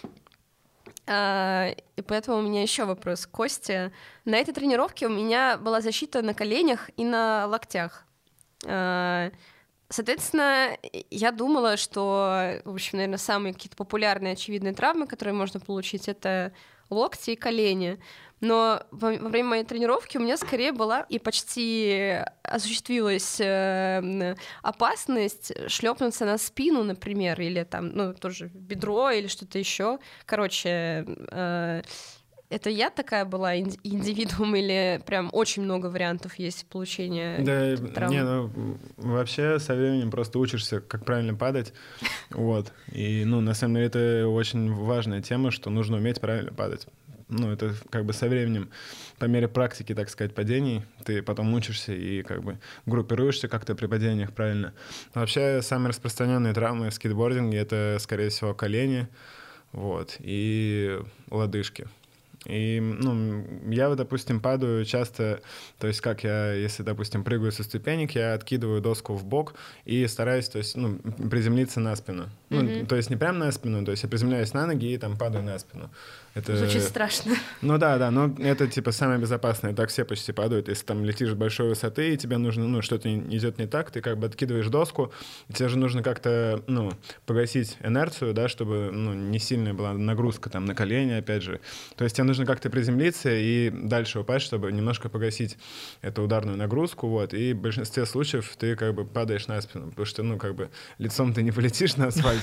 Speaker 2: И поэтому у меня еще вопрос к Косте. На этой тренировке у меня была защита на коленях и на локтях. Соответственно, я думала, что, в общем, наверное, самые какие-то популярные, очевидные травмы, которые можно получить, это локти и колени. Но во время моей тренировки у меня скорее была и почти осуществилась опасность шлепнуться на спину, например, или там, тоже бедро или что-то еще. Короче, это я такая была индивидуум или прям очень много вариантов есть получения травм?
Speaker 4: Вообще со временем просто учишься, как правильно падать, вот. И, на самом деле это очень важная тема, что нужно уметь правильно падать. Это как бы со временем, по мере практики, так сказать, падений, ты потом учишься и как бы группируешься как-то при падениях правильно. Вообще самые распространенные травмы в скейтбординге — это, скорее всего, колени, вот, и лодыжки. И, я, допустим, падаю часто, то есть как я, если, допустим, прыгаю со ступенек, я откидываю доску в бок и стараюсь, то есть, приземлиться на спину. То есть не прям на спину, то есть я приземляюсь на ноги и там падаю на спину.
Speaker 2: Это... Звучит страшно.
Speaker 4: Да, но это типа самое безопасное, так все почти падают. Если там летишь с большой высоты, и тебе нужно, что-то идет не так, ты как бы откидываешь доску, и тебе же нужно как-то, погасить инерцию, да, чтобы, не сильная была нагрузка там на колени, опять же. То есть тебе нужно как-то приземлиться и дальше упасть, чтобы немножко погасить эту ударную нагрузку, вот. И в большинстве случаев ты как бы падаешь на спину, потому что, как бы лицом ты не полетишь на асфальт,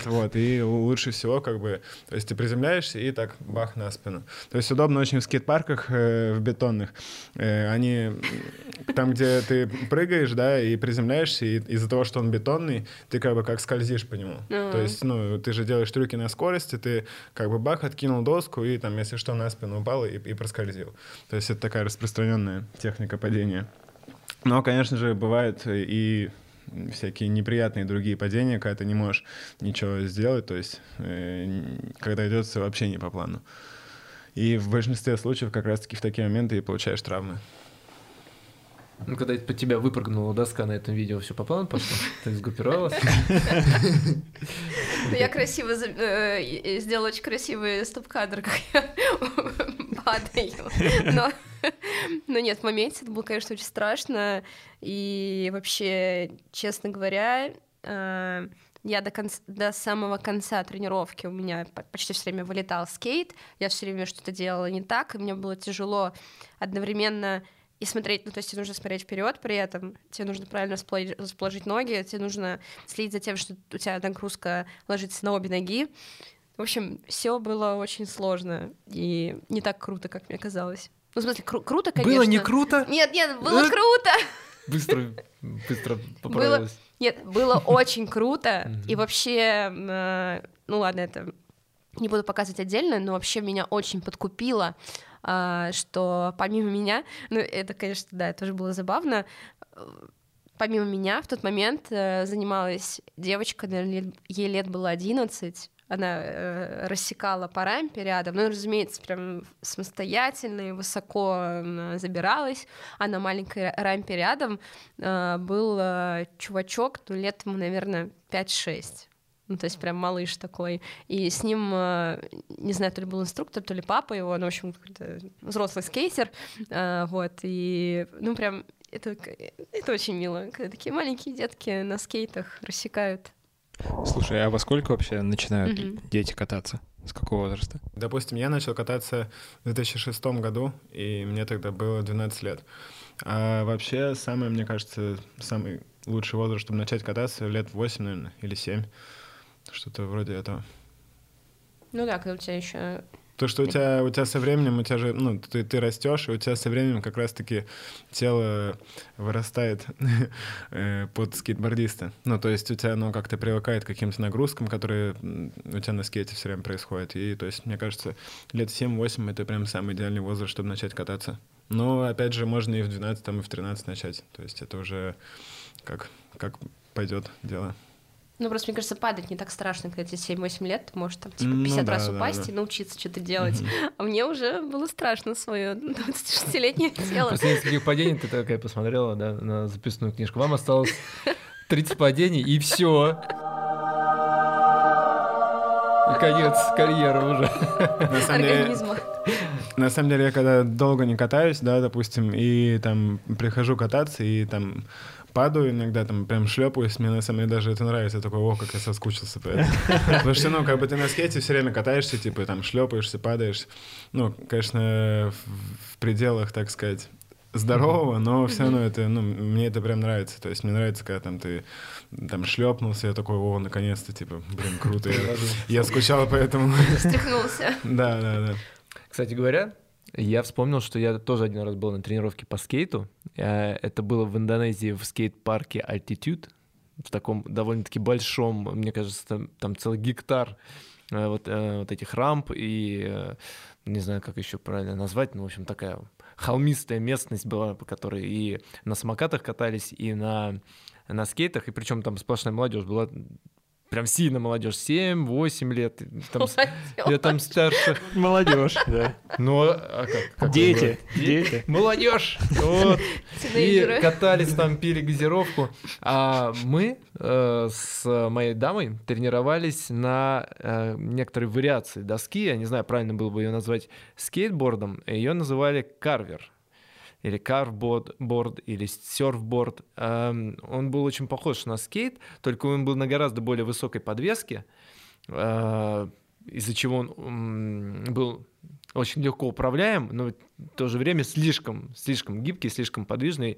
Speaker 4: Вот, и лучше всего как бы, то есть ты приземляешься и так бах на спину. То есть удобно очень в скейт-парках, в бетонных. Они там, где ты прыгаешь, да, и приземляешься, и из-за того, что он бетонный, ты как бы как скользишь по нему. То есть, ну, ты же делаешь трюки на скорости, ты как бы бах, откинул доску и там, если что, на спину упал и проскользил. То есть это такая распространенная техника падения. Но, конечно же, бывают и всякие неприятные другие падения, когда ты не можешь ничего сделать, то есть когда идет все вообще не по плану. И в большинстве случаев как раз-таки в такие моменты и получаешь травмы.
Speaker 1: Ну, когда под тебя выпрыгнула доска на этом видео, все по плану пошло? Ты сгруппировалась?
Speaker 2: Я красиво сделала очень красивый стоп-кадр, как я падаю. Но нет, в моменте это было, конечно, очень страшно. И вообще, честно говоря, я до самого конца тренировки у меня почти все время вылетал скейт, я все время что-то делала не так, и мне было тяжело одновременно и смотреть, ну, то есть тебе нужно смотреть вперед при этом, тебе нужно правильно расположить ноги, тебе нужно следить за тем, что у тебя нагрузка ложится на обе ноги. В общем, все было очень сложно и не так круто, как мне казалось. Ну, в смысле, круто, конечно.
Speaker 1: Было не круто?
Speaker 2: Нет, было круто!
Speaker 1: Быстро поправилась.
Speaker 2: Нет, было очень круто, и вообще, ну ладно, это не буду показывать отдельно, но вообще меня очень подкупило, что помимо меня, ну это, конечно, да, это тоже было забавно, помимо меня в тот момент занималась девочка, наверное, ей лет было 11, она рассекала по рампе рядом, ну, разумеется, прям самостоятельно и высоко забиралась, а на маленькой рампе рядом был чувачок, ну, лет ему, наверное, 5-6. Ну, то есть прям малыш такой. И с ним, не знаю, то ли был инструктор, то ли папа его, ну, в общем, какой-то взрослый скейтер, вот, и, ну, прям, это очень мило, когда такие маленькие детки на скейтах рассекают.
Speaker 3: Слушай, а во сколько вообще начинают дети кататься? С какого возраста?
Speaker 4: Допустим, я начал кататься в 2006 году, и мне тогда было 12 лет. А вообще, мне кажется, самый лучший возраст, чтобы начать кататься, лет 8, наверное, или 7. Что-то вроде этого.
Speaker 2: Ну да, когда у тебя еще...
Speaker 4: То, что у тебя со временем, у тебя же, ну, ты растешь, и у тебя со временем как раз-таки тело вырастает под скейтбордиста. Ну, то есть у тебя оно как-то привыкает к каким-то нагрузкам, которые у тебя на скейте все время происходят. И, то есть, мне кажется, лет 7-8 — это прям самый идеальный возраст, чтобы начать кататься. Но, опять же, можно и в 12, там, и в 13 начать. То есть это уже как пойдет дело.
Speaker 2: Ну, просто, мне кажется, падать не так страшно, когда тебе 7-8 лет, ты можешь там, типа, 50 раз упасть и научиться что-то делать. А мне уже было страшно свое 26-летнее тело.
Speaker 1: После нескольких падений ты такая посмотрела, да, на записную книжку. Вам осталось 30 падений, и все. И конец карьеры уже.
Speaker 2: Организма.
Speaker 4: На самом деле, я когда долго не катаюсь, да, допустим, и там прихожу кататься, и там падаю иногда, там прям шлепаюсь, мне на самом деле даже это нравится, я такой, как я соскучился по этому. Потому что, ну, как бы ты на скейте все время катаешься, типа, там, шлепаешься, падаешь. Ну, конечно, в пределах, так сказать, здорового, но все равно это, ну, мне это прям нравится. То есть мне нравится, когда там ты там шлепнулся, я такой, наконец-то, типа, блин, круто. Я скучал по этому.
Speaker 2: Встряхнулся.
Speaker 4: Да.
Speaker 1: Кстати говоря, я вспомнил, что я тоже один раз был на тренировке по скейту. Это было в Индонезии в скейт-парке Altitude, в таком довольно-таки большом, мне кажется, там целый гектар вот этих рамп и не знаю, как еще правильно назвать, но, в общем, такая холмистая местность была, по которой и на самокатах катались, и на скейтах, и причем там сплошная молодежь была. Прям сильно молодежь, 7-8 лет. Я там старше.
Speaker 3: Молодежь, да.
Speaker 1: Ну, а как?
Speaker 3: Дети.
Speaker 1: Молодежь. Вот. И катались там, пили газировку. А мы с моей дамой тренировались на некоторой вариации доски. Я не знаю, правильно было бы ее назвать скейтбордом. Ее называли карвер. Или карвборд, или серфборд. Он был очень похож на скейт, только он был на гораздо более высокой подвеске, из-за чего он был очень легко управляем, но в то же время слишком гибкий, слишком подвижный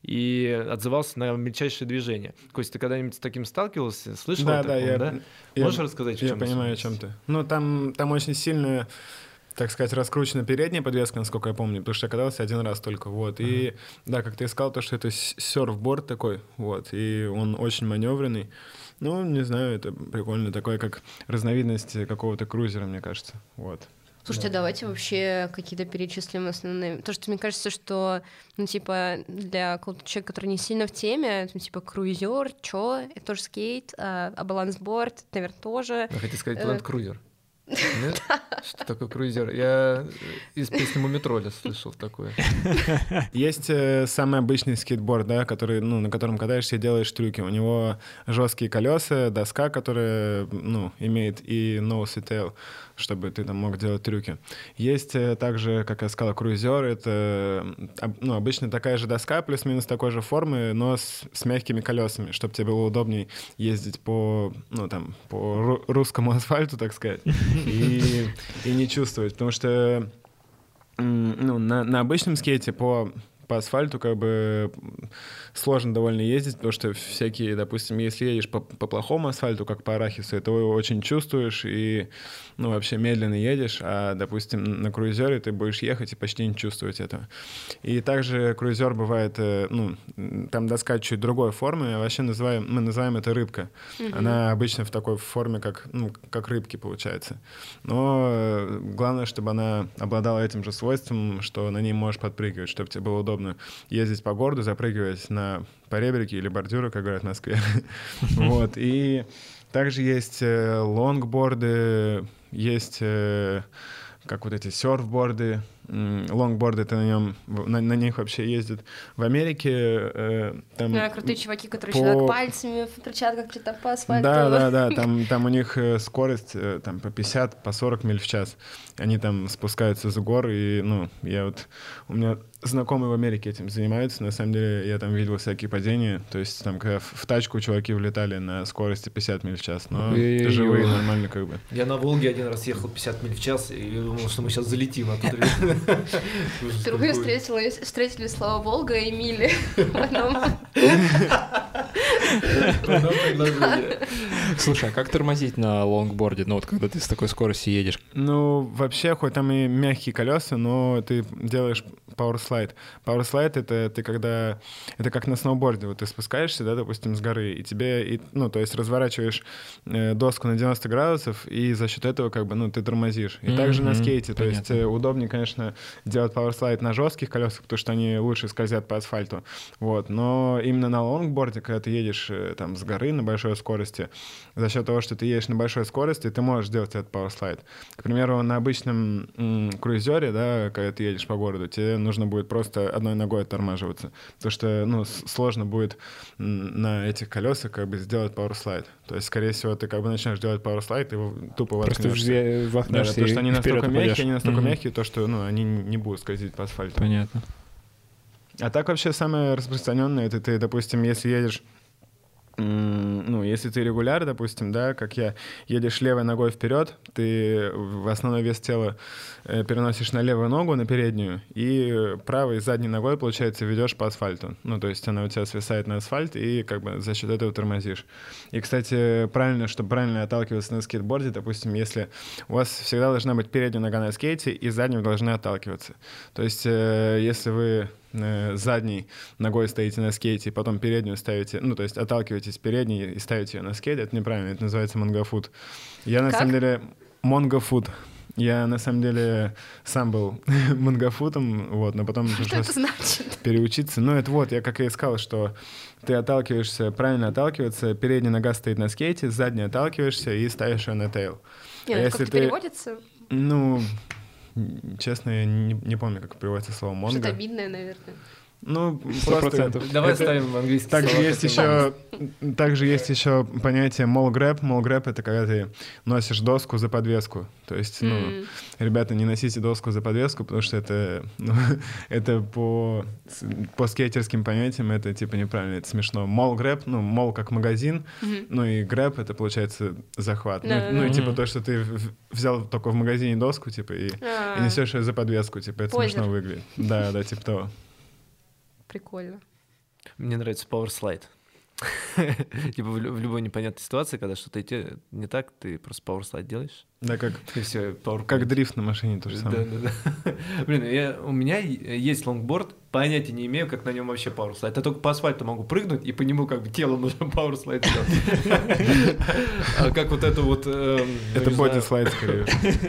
Speaker 1: и отзывался на мельчайшие движения. Костя, ты когда-нибудь с таким сталкивался? Слышал о таком, да? Можешь рассказать, в чем?
Speaker 4: Я понимаю, о чем ты. Ну, там очень сильно, так сказать, раскручена передняя подвеска, насколько я помню, потому что я катался один раз только, вот. И, да, как ты сказал, то, что это серфборд такой, вот, и он очень маневренный. Ну, не знаю, это прикольно, такое, как разновидность какого-то крузера, мне кажется, вот.
Speaker 2: Слушайте, давайте вообще какие-то перечислим основные. То, что мне кажется, что, ну, типа, для какого-то человека, который не сильно в теме, ну, типа, круизер, это тоже скейт, а балансборд, наверное, тоже.
Speaker 1: Я хотел сказать ленд-крузер. Нет? Что такое круизер? Я из песни Мумитроля слышал такое.
Speaker 4: Есть самый обычный скейтборд, да, который, ну, на котором катаешься и делаешь трюки. У него жесткие колеса, доска, которая, ну, имеет и nose и tail, чтобы ты там мог делать трюки. Есть также, как я сказал, круизер. Это, ну, обычно такая же доска, плюс-минус такой же формы, но с мягкими колесами, чтобы тебе было удобнее ездить по, ну, там, по русскому асфальту, так сказать. И не чувствовать, потому что, ну, на обычном скейте по асфальту как бы сложно довольно ездить, потому что всякие, допустим, если едешь по плохому асфальту, как по арахису, это очень чувствуешь и, ну, вообще медленно едешь, а, допустим, на круизере ты будешь ехать и почти не чувствовать этого. И также круизер бывает, ну, там доска чуть другой формы, вообще мы называем это рыбка. Она обычно в такой форме, как рыбки получается. Но главное, чтобы она обладала этим же свойством, что на ней можешь подпрыгивать, чтобы тебе было удобно ездить по городу, запрыгивать на поребрики или бордюры, как говорят в Москве. Вот. И также есть лонгборды, есть как вот эти серфборды, лонгборды, это на них вообще ездят. В Америке там...
Speaker 2: крутые чуваки, которые еще так пальцами кричат, как что-то по асфальту.
Speaker 4: Да, там у них скорость там по 50, по 40 миль в час. Они там спускаются с гор, и, ну, у меня знакомые в Америке этим занимаются. На самом деле, я там видел всякие падения. То есть там, когда в тачку чуваки влетали на скорости 50 миль в час. Но живые нормально как бы.
Speaker 1: Я на Волге один раз ехал 50 миль в час и думал, что мы сейчас залетим оттуда.
Speaker 2: Впервые встретили слова Волга и мили в одном.
Speaker 3: Слушай, а как тормозить на лонгборде, ну вот когда ты с такой скоростью едешь?
Speaker 4: Ну, вообще, хоть там и мягкие колеса, но ты делаешь пауэрслайд. Пауэрслайд — это ты когда... Это как на сноуборде. Вот ты спускаешься, да, допустим, с горы, и тебе... Ну, то есть разворачиваешь доску на 90 градусов, и за счет этого как бы, ну, ты тормозишь. И также на скейте. То есть удобнее, конечно, делать пауэрслайд на жестких колесах, потому что они лучше скользят по асфальту. Вот. Но именно на лонгборде, когда ты едешь там с горы на большой скорости, за счет того, что ты едешь на большой скорости, ты можешь сделать этот пауэрслайд. К примеру, на обычном круизере, да, когда ты едешь по городу, тебе нужно будет просто одной ногой оттормаживаться, потому что, ну, сложно будет на этих колесах как бы сделать пауэрслайд. То есть, скорее всего, ты как бы начнешь делать пауэрслайд, и тупо воткнешься. Да, потому что они настолько мягкие, то, что, ну, они не будут скользить по асфальту.
Speaker 3: Понятно.
Speaker 4: А так вообще самое распространенное, это ты, допустим, если едешь, ну, если ты регуляр, допустим, да, как я, едешь левой ногой вперед, ты в основной вес тела переносишь на левую ногу, на переднюю, и правой задней ногой, получается, ведешь по асфальту. Ну, то есть она у тебя свисает на асфальт, и как бы за счет этого тормозишь. И, кстати, чтобы правильно отталкиваться на скейтборде, допустим, если у вас всегда должна быть передняя нога на скейте, и задней вы должны отталкиваться. То есть если вы задней ногой стоите на скейте, и потом переднюю ставите, ну, то есть отталкиваетесь передней и ставите ее на скейт, это неправильно, это называется монгофут. Я на самом деле... Монгофут. Я на самом деле сам был монгофутом, вот, но потом пришлось переучиться. Ну, это вот, я как и сказал, что ты отталкиваешься, правильно отталкиваться, передняя нога стоит на скейте, задняя отталкиваешься и ставишь ее на тейл.
Speaker 2: Нет, а если как переводится?
Speaker 4: Ну... Честно, я не помню, как переводится слово монго.
Speaker 2: Что-то обидное, наверное.
Speaker 4: Ну,
Speaker 3: 100%.
Speaker 1: Давай ставим английский.
Speaker 4: Также есть еще понятие mall grab. Mall grab — это когда ты носишь доску за подвеску. То есть, ребята, не носите доску за подвеску, потому что это по скейтерским понятиям это типа неправильно, это смешно. Mall grab, mall как магазин, ну и grab — это получается захват. Ну и типа то, что ты взял только в магазине доску, типа, и несешь ее за подвеску, типа, это смешно выглядит. Да, типа того.
Speaker 2: Прикольно.
Speaker 1: Мне нравится Power Slide. Типа в любой непонятной ситуации, когда что-то идет не так, ты просто Power Slide делаешь.
Speaker 4: Да, как
Speaker 1: как
Speaker 4: дрифт на машине, то же самое.
Speaker 1: Да. Блин, у меня есть лонгборд, понятия не имею, как на нем вообще Power Slide. Я только по асфальту могу прыгнуть, и по нему как бы телом нужно Power Slide делать. А как вот это вот...
Speaker 4: Это Body Slide, скорее.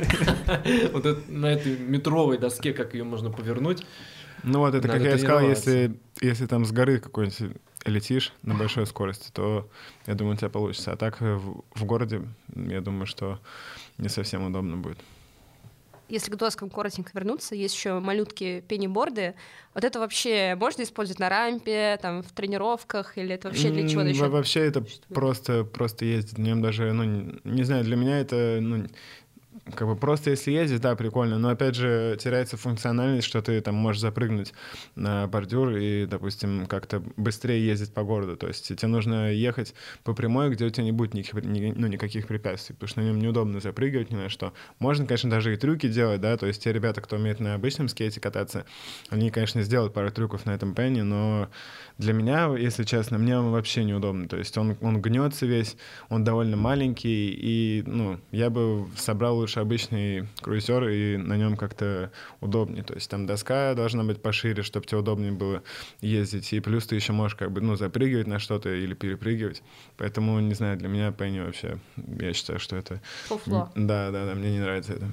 Speaker 1: Вот на этой метровой доске, как ее можно повернуть.
Speaker 4: Ну вот, это, как я сказал, если там с горы какой-нибудь летишь на большой скорости, то, я думаю, у тебя получится. А так в городе, я думаю, что не совсем удобно будет.
Speaker 2: Если к доскам коротенько вернуться, есть еще малютки пениборды. Вот это вообще можно использовать на рампе, там, в тренировках, или это вообще для чего-то еще?
Speaker 4: Вообще это просто ездить. На нем даже, не знаю, для меня это... как бы просто если ездить, да, прикольно, но опять же теряется функциональность, что ты там можешь запрыгнуть на бордюр и, допустим, как-то быстрее ездить по городу, то есть тебе нужно ехать по прямой, где у тебя не будет никаких препятствий, потому что на нем неудобно запрыгивать ни на что. Можно, конечно, даже и трюки делать, да, то есть те ребята, кто умеет на обычном скейте кататься, они, конечно, сделают пару трюков на этом пене, но для меня, если честно, мне он вообще неудобно, то есть он гнется весь, он довольно маленький, и, я бы собрал лучше обычный круизер, и на нем как-то удобнее. То есть там доска должна быть пошире, чтобы тебе удобнее было ездить. И плюс ты еще можешь как бы, запрыгивать на что-то или перепрыгивать. Поэтому, не знаю, для меня Пенни вообще, я считаю, что это...
Speaker 2: Фуфло.
Speaker 4: Да, мне не нравится это.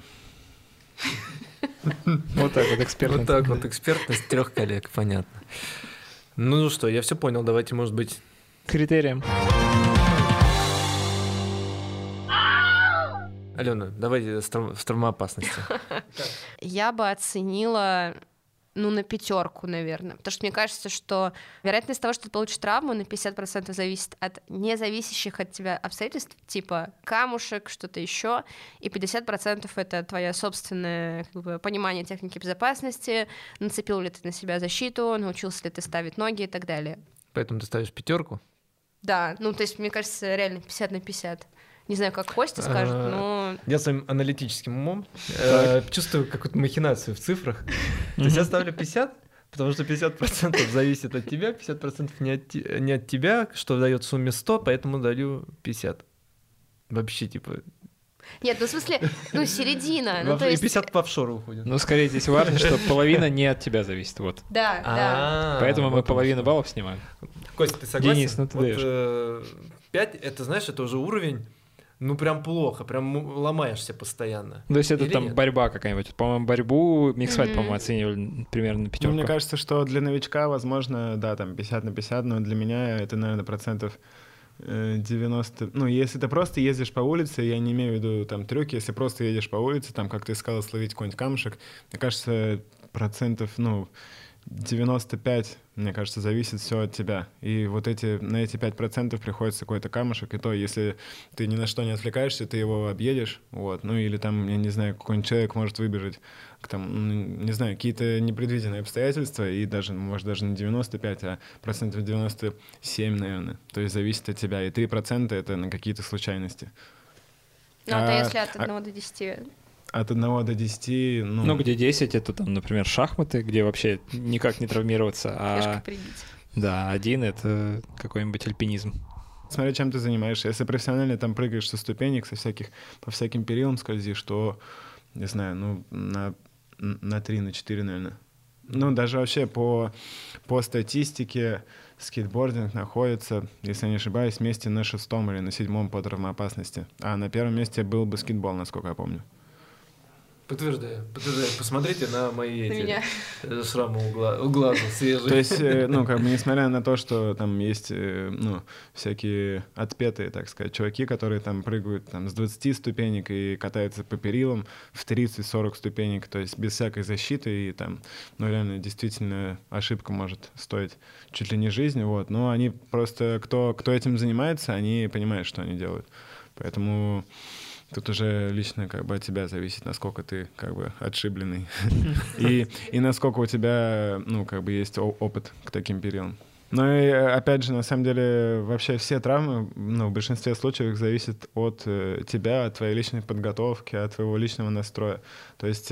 Speaker 3: Вот так вот экспертность.
Speaker 1: Вот так вот экспертность 3 коллег, понятно. Ну что, я все понял, давайте, может быть...
Speaker 3: Критерием.
Speaker 1: Алена, давайте с травмоопасности.
Speaker 2: Я бы оценила, на 5, наверное. Потому что мне кажется, что вероятность того, что ты получишь травму, на 50% зависит от независящих от тебя обстоятельств, типа камушек, что-то еще, и 50% это твое собственное понимание техники безопасности, нацепил ли ты на себя защиту, научился ли ты ставить ноги и так далее.
Speaker 1: Поэтому ты ставишь 5?
Speaker 2: Да, то есть, мне кажется, реально 50/50. Не знаю, как Костя скажет, но...
Speaker 1: Я своим аналитическим умом чувствую какую-то махинацию в цифрах. То есть я ставлю 50, потому что 50% зависит от тебя, 50% не от тебя, что дает в сумме 100, поэтому даю 50. Вообще, типа...
Speaker 2: Нет, в смысле, середина.
Speaker 1: И 50 в офшор уходит.
Speaker 3: Скорее здесь важно, что половина не от тебя зависит, вот.
Speaker 2: Да.
Speaker 3: Поэтому мы половину баллов снимаем.
Speaker 1: Костя, ты согласен?
Speaker 3: Денис, ты даешь.
Speaker 1: 5, это, знаешь, это уже уровень, прям плохо, прям ломаешься постоянно.
Speaker 3: То есть это там борьба какая-нибудь. По-моему, борьбу Миксфайт, по-моему, оценивали примерно на 5.
Speaker 4: Мне кажется, что для новичка, возможно, да, там 50/50, но для меня это, наверное, процентов 90. Если ты просто ездишь по улице, я не имею в виду там трюки, если просто едешь по улице, там, как ты сказал, словить какой-нибудь камушек, мне кажется, процентов, 95, мне кажется, зависит все от тебя. И вот на эти 5% приходится какой-то камушек, и то, если ты ни на что не отвлекаешься, ты его объедешь, вот, или там, я не знаю, какой-нибудь человек может выбежать, там, не знаю, какие-то непредвиденные обстоятельства, и даже, может, даже не 95, а процентов 97, наверное. То есть зависит от тебя, и 3% это на какие-то случайности.
Speaker 2: Это если от 1 до 10...
Speaker 4: От 1 до 10,
Speaker 3: где 10, это там, например, шахматы, где вообще никак не травмироваться, Да, 1 — это какой-нибудь альпинизм.
Speaker 4: Смотря чем ты занимаешься. Если профессионально там прыгаешь со ступенек, по всяким перилам скользишь, то, не знаю, на 3, на 4, наверное. Даже вообще по статистике скейтбординг находится, если не ошибаюсь, вместе на 6 или на 7 по травмоопасности. А на 1 месте был баскетбол, насколько я помню.
Speaker 1: Подтверждаю. Посмотрите на мои шрамы у глаза свежие.
Speaker 4: То есть, несмотря на то, что там есть, всякие отпетые, так сказать, чуваки, которые там прыгают там с 20 ступенек и катаются по перилам в 30-40 ступенек, то есть без всякой защиты, и там, реально, действительно, ошибка может стоить чуть ли не жизни, вот. Но они просто, кто этим занимается, они понимают, что они делают. Поэтому... Тут уже лично как бы от тебя зависит, насколько ты как бы отшибленный и насколько у тебя, есть опыт к таким периодам. Но и опять же, на самом деле, вообще все травмы, в большинстве случаев зависят от тебя, от твоей личной подготовки, от твоего личного настроя. То есть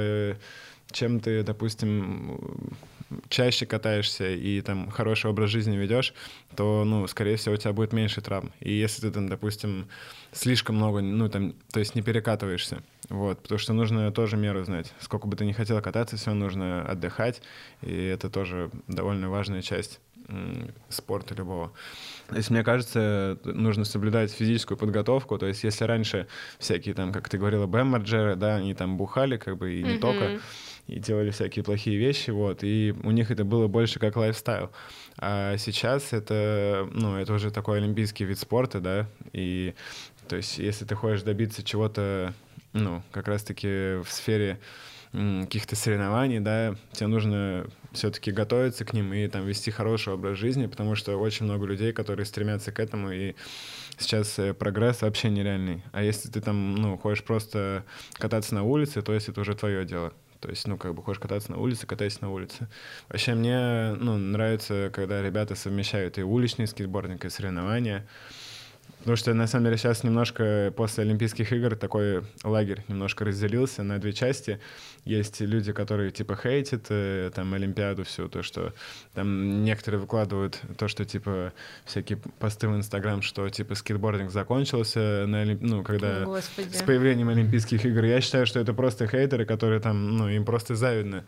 Speaker 4: чем ты, допустим, чаще катаешься и там хороший образ жизни ведешь, то, скорее всего, у тебя будет меньше травм. И если ты там, допустим, слишком много, то есть не перекатываешься, вот, потому что нужно тоже меру знать. Сколько бы ты ни хотел кататься, все нужно отдыхать, и это тоже довольно важная часть спорта любого. То есть, мне кажется, нужно соблюдать физическую подготовку. То есть, если раньше всякие там, как ты говорила, бэм-марджеры, да, они там бухали, как бы, и не только, и делали всякие плохие вещи, вот, и у них это было больше как лайфстайл. А сейчас это, это уже такой олимпийский вид спорта, да, и, то есть, если ты хочешь добиться чего-то, как раз-таки в сфере каких-то соревнований, да, тебе нужно все-таки готовиться к ним и там вести хороший образ жизни, потому что очень много людей, которые стремятся к этому, и сейчас прогресс вообще нереальный. А если ты там, хочешь просто кататься на улице, то есть это уже твое дело. То есть, хочешь кататься на улице, катайся на улице. Вообще мне, нравится, когда ребята совмещают и уличный скейтбординг, и соревнования. Потому что, на самом деле, сейчас немножко после Олимпийских игр такой лагерь немножко разделился на две части. Есть люди, которые, типа, хейтят там Олимпиаду всю, то, что там некоторые выкладывают то, что, типа, всякие посты в Инстаграм, что, типа, скейтбординг закончился, когда с появлением Олимпийских игр. Я считаю, что это просто хейтеры, которые там, им просто завидно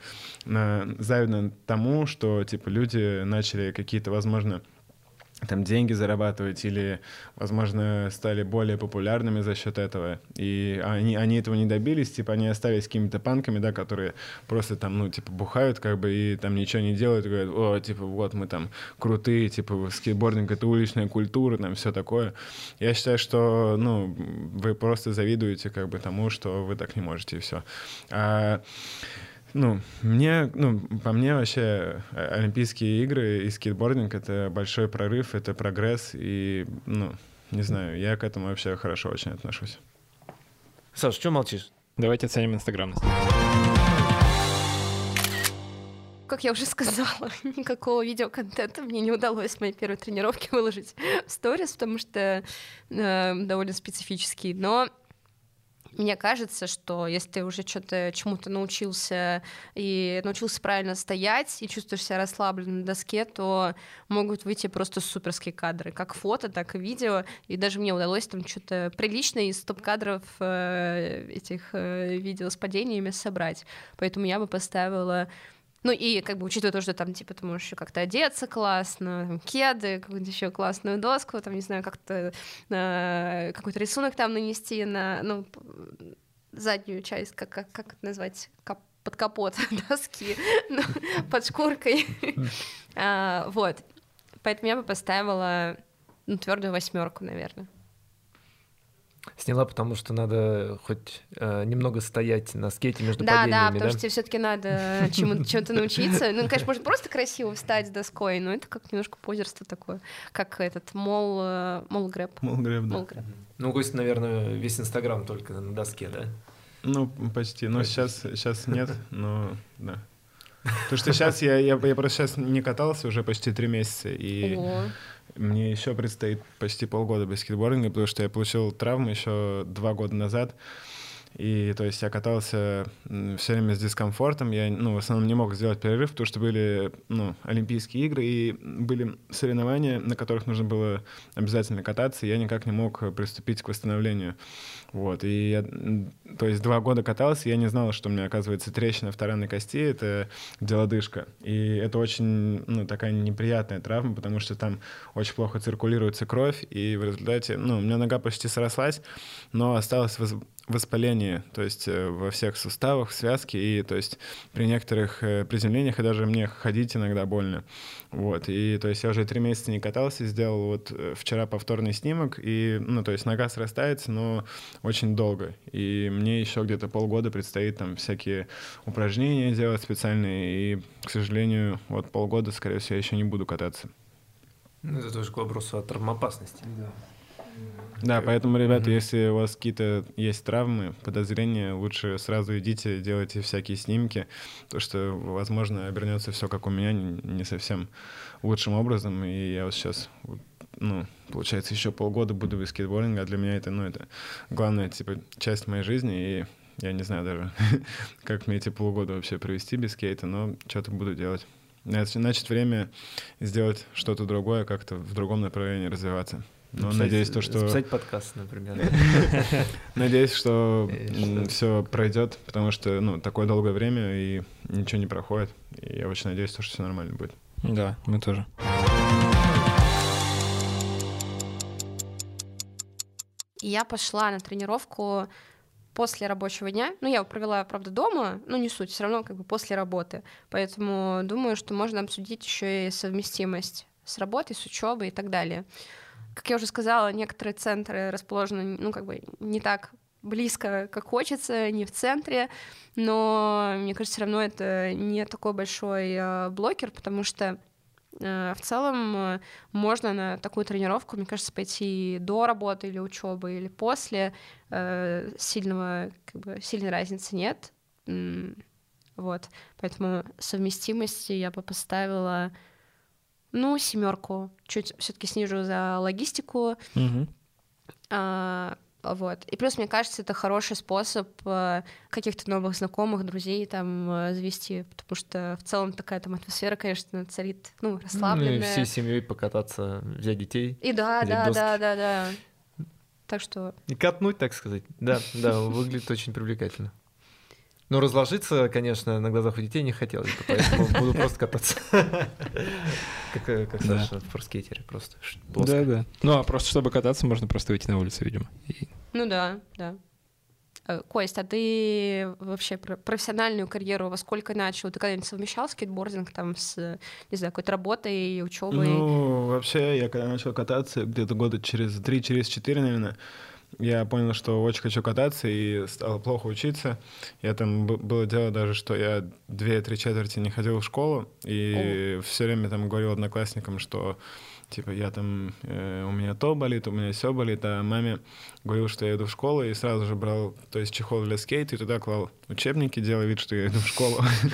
Speaker 4: тому, что, типа, люди начали какие-то, возможно, там деньги зарабатывать или, возможно, стали более популярными за счет этого. И они этого не добились, типа они остались какими-то панками, да, которые просто там, бухают, как бы, и там ничего не делают, и говорят, типа, вот мы там крутые, типа, скейтбординг — это уличная культура, там, все такое. Я считаю, что, вы просто завидуете, как бы, тому, что вы так не можете, и все. По мне вообще Олимпийские игры и скейтбординг — это большой прорыв, это прогресс, и, не знаю, я к этому вообще хорошо очень отношусь.
Speaker 1: Саш, что молчишь?
Speaker 3: Давайте оценим инстаграмность.
Speaker 2: Как я уже сказала, никакого видеоконтента мне не удалось в моей первой тренировке выложить в сторис, потому что довольно специфический, но мне кажется, что если ты уже чему-то научился и научился правильно стоять и чувствуешь себя расслабленно на доске, то могут выйти просто суперские кадры, как фото, так и видео. И даже мне удалось там что-то приличное из топ-кадров этих видео с падениями собрать. Поэтому я бы поставила... и как бы учитывая то, что там, типа, ты можешь еще как-то одеться классно, там, кеды, какую-то еще классную доску, там, не знаю, как-то какой-то рисунок там нанести на, заднюю часть, как это назвать, под капот доски, под шкуркой. Вот. Поэтому я бы поставила, твердую 8, наверное.
Speaker 1: Сняла, потому что надо хоть немного стоять на скейте между падениями, да?
Speaker 2: Да, потому что тебе все-таки надо чему-то научиться. Конечно, можно просто красиво встать с доской, но это как немножко позерство такое, как этот мол-грэп.
Speaker 4: Мол-грэп, да.
Speaker 1: Гость, наверное, весь Инстаграм только на доске, да?
Speaker 4: Почти. Но сейчас нет, но да. Потому что сейчас я просто сейчас не катался уже почти 3 месяца, и мне еще предстоит почти полгода без скейтбординга, потому что я получил травму еще 2 года назад. И то есть я катался все время с дискомфортом. Я, в основном не мог сделать перерыв, потому что были, Олимпийские игры и были соревнования, на которых нужно было обязательно кататься, и я никак не мог приступить к восстановлению. Вот. И я, то есть 2 года катался, и я не знал, что у меня, оказывается, трещина в таранной кости, это где лодыжка. И это очень, такая неприятная травма, потому что там очень плохо циркулируется кровь, и в результате, у меня нога почти срослась, но осталось воспаление, то есть во всех суставах, связке, и то есть при некоторых приземлениях и даже мне ходить иногда больно. Вот, и то есть я уже 3 месяца не катался, сделал вот вчера повторный снимок, и, ну, то есть нога срастается, но очень долго, и мне еще где-то полгода предстоит там всякие упражнения делать специальные, и, к сожалению, вот полгода, скорее всего, я еще не буду кататься.
Speaker 1: Ну, это тоже к вопросу о травмоопасности.
Speaker 4: Да, поэтому, ребята, если у вас какие-то есть травмы, подозрения, лучше сразу идите, делайте всякие снимки, потому что, возможно, обернется все как у меня, не совсем лучшим образом, и я вот сейчас, ну, получается, еще полгода буду без скейтбординга, а для меня это, ну, это главная, типа, часть моей жизни, и я не знаю даже, как мне эти полгода вообще провести без скейта, но что-то буду делать. Значит, время сделать что-то другое, как-то в другом направлении развиваться. Но надеюсь, что...
Speaker 1: Записать подкаст, например.
Speaker 4: Надеюсь, что все пройдет, потому что, ну, такое долгое время, и ничего не проходит. И я очень надеюсь, что все нормально будет.
Speaker 3: Да, мы тоже.
Speaker 2: Я пошла на тренировку после рабочего дня. Ну, я его провела, правда, дома, но не суть, все равно как бы после работы. Поэтому думаю, что можно обсудить еще и совместимость с работой, с учебой и так далее. Как я уже сказала, некоторые центры расположены, ну, как бы не так близко, как хочется, не в центре, но, мне кажется, все равно это не такой большой блокер, потому что в целом можно на такую тренировку, мне кажется, пойти до работы или учебы, или после. Сильной разницы нет. Вот. Поэтому совместимости я бы поставила, 7, чуть все-таки снижу за логистику. Вот. И плюс, мне кажется, это хороший способ каких-то новых знакомых, друзей там завести, потому что в целом такая там атмосфера, конечно, царит, расслабленная.
Speaker 1: Ну и всей семьей покататься, взять детей.
Speaker 2: И да. Так что...
Speaker 1: И катнуть, так сказать. Да, выглядит очень привлекательно. Но разложиться, конечно, на глазах у детей не хотелось бы, поэтому буду просто кататься. Как Саша в форскейтере, просто плоско.
Speaker 3: Да. Ну, а просто чтобы кататься, можно просто выйти на улицу, видимо.
Speaker 2: Ну да. Кость, а ты вообще профессиональную карьеру во сколько начал? Ты когда-нибудь совмещал скейтбординг там с, не знаю, какой-то работой и учебой?
Speaker 4: Ну, вообще, я когда начал кататься, где-то года через 3, через 4, наверное, я понял, что очень хочу кататься, и стало плохо учиться. Я там было дело даже, что я 2-3 четверти не ходил в школу, и все время там говорил одноклассникам, что типа я там, у меня то болит, у меня все болит, а маме говорил, что я иду в школу, и сразу же брал, то есть чехол для скейта, и туда клал учебники, делая вид, что я иду в школу.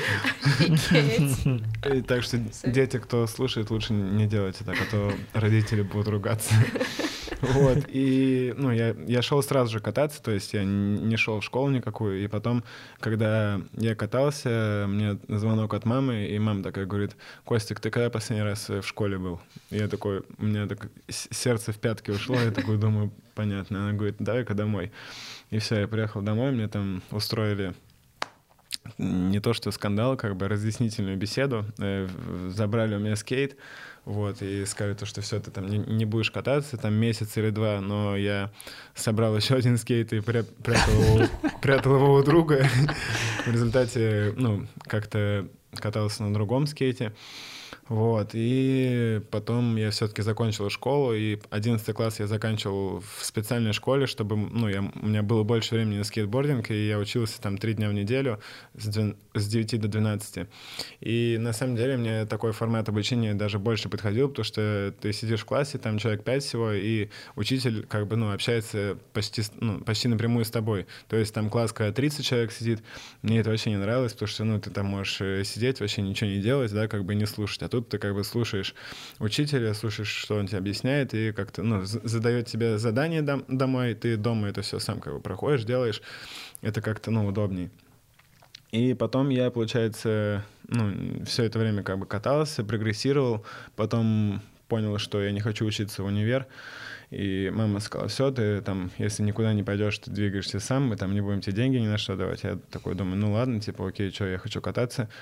Speaker 4: Так что дети, кто слушает, лучше не делайте так, а то родители будут ругаться. Вот, и, я шел сразу же кататься, то есть я не шел в школу никакую, и потом, когда я катался, мне звонок от мамы, и мама такая говорит: «Костик, ты когда последний раз в школе был?» И я такой, у меня так сердце в пятки ушло, я такой думаю, понятно. Она говорит: «Давай-ка домой». И все, я приехал домой, мне там устроили не то что скандал, как бы разъяснительную беседу, забрали у меня скейт, вот, и сказали то, что все, ты там не будешь кататься там месяц или 2, но я собрал еще один скейт и прятал его у друга. В результате, как-то катался на другом скейте. Вот, и потом я все-таки закончил школу, и 11 класс я заканчивал в специальной школе, чтобы, у меня было больше времени на скейтбординг, и я учился там 3 дня в неделю с 9 до 12. И на самом деле мне такой формат обучения даже больше подходил, потому что ты сидишь в классе, там человек 5 всего, и учитель как бы, общается почти напрямую с тобой. То есть там класс, когда 30 человек сидит, мне это вообще не нравилось, потому что, ты там можешь сидеть, вообще ничего не делать, да, как бы не слушать. А тут ты как бы слушаешь учителя, слушаешь, что он тебе объясняет, и как-то, задает тебе задание домой, ты дома это все сам как бы проходишь, делаешь. Это как-то, удобней. И потом я, получается, все это время как бы катался, прогрессировал, потом понял, что я не хочу учиться в универ, и мама сказала: все, ты там, если никуда не пойдешь, ты двигаешься сам, мы там не будем тебе деньги ни на что давать. Я такой думаю, ладно, типа, окей, что, я хочу кататься.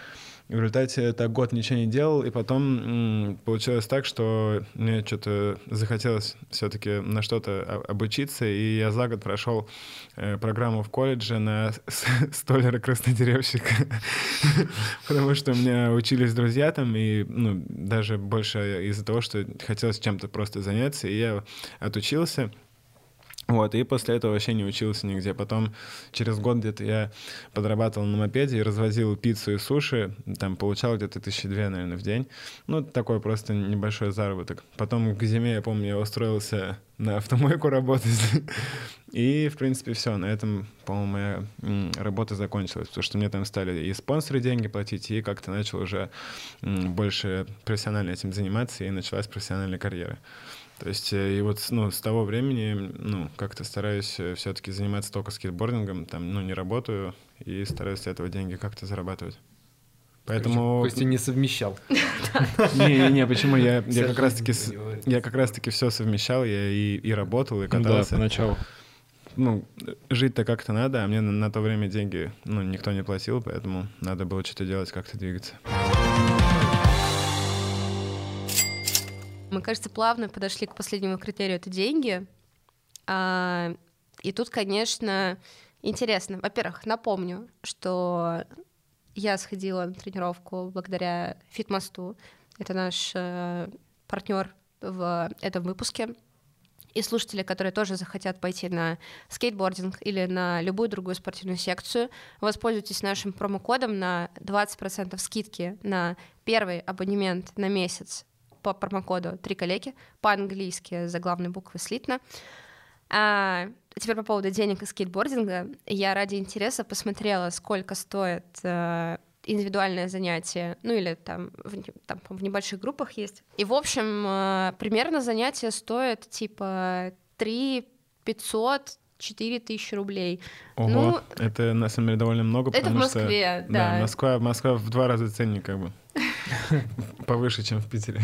Speaker 4: В результате так год ничего не делал, и потом получилось так, что мне что-то захотелось все-таки на что-то обучиться, и я за год прошел программу в колледже на столяра-краснодеревщика, потому что у меня учились друзья там, и даже больше из-за того, что хотелось чем-то просто заняться, и я отучился. Вот, и после этого вообще не учился нигде. Потом через год где-то я подрабатывал на мопеде и развозил пиццу и суши. Там получал где-то 1200, наверное, в день. Такой просто небольшой заработок. Потом к зиме, я помню, я устроился на автомойку работать. И, в принципе, все. На этом, по-моему, моя работа закончилась. Потому что мне там стали и спонсоры деньги платить, и как-то начал уже больше профессионально этим заниматься, и началась профессиональная карьера. То есть, и вот с того времени, как-то стараюсь все-таки заниматься только скейтбордингом, там, не работаю, и стараюсь с этого деньги как-то зарабатывать. Поэтому...
Speaker 1: Костя не совмещал.
Speaker 4: Не, почему? Я как раз-таки все совмещал, я и работал, и катался.
Speaker 3: Да, поначалу.
Speaker 4: Жить-то как-то надо, а мне на то время деньги, никто не платил, поэтому надо было что-то делать, как-то двигаться.
Speaker 2: Мы, кажется, плавно подошли к последнему критерию — это деньги. И тут, конечно, интересно. Во-первых, напомню, что я сходила на тренировку благодаря Фитмосту. Это наш партнер в этом выпуске. И слушатели, которые тоже захотят пойти на скейтбординг или на любую другую спортивную секцию, воспользуйтесь нашим промокодом на 20% скидки на первый абонемент на месяц по промокоду «Триколеки», по-английски заглавной буквы слитно. А теперь по поводу денег и скейтбординга. Я ради интереса посмотрела, сколько стоит индивидуальное занятие, или там в небольших группах есть. И, в общем, примерно занятие стоит типа 3 500 4 тысячи рублей.
Speaker 4: Ого, это на самом деле довольно много,
Speaker 2: это
Speaker 4: потому
Speaker 2: в Москве,
Speaker 4: что...
Speaker 2: да.
Speaker 4: Москва в 2 раза ценник как бы. Повыше, чем в Питере.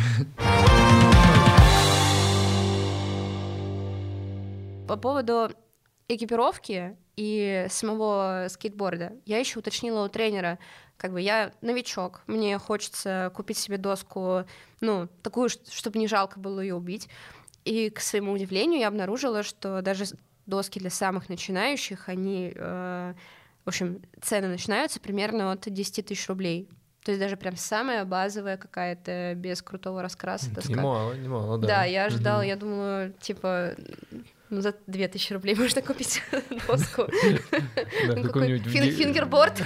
Speaker 2: По поводу экипировки и самого скейтборда я еще уточнила у тренера, я новичок, мне хочется купить себе доску, такую, чтобы не жалко было ее убить. И, к своему удивлению, я обнаружила, что даже доски для самых начинающих, они, в общем, цены начинаются примерно от 10 тысяч рублей. То есть даже прям самая базовая какая-то, без крутого раскраса доска.
Speaker 1: Немало, да.
Speaker 2: Да, я ожидала, я думала, за 2000 рублей можно купить доску. Какой-нибудь фингерборд.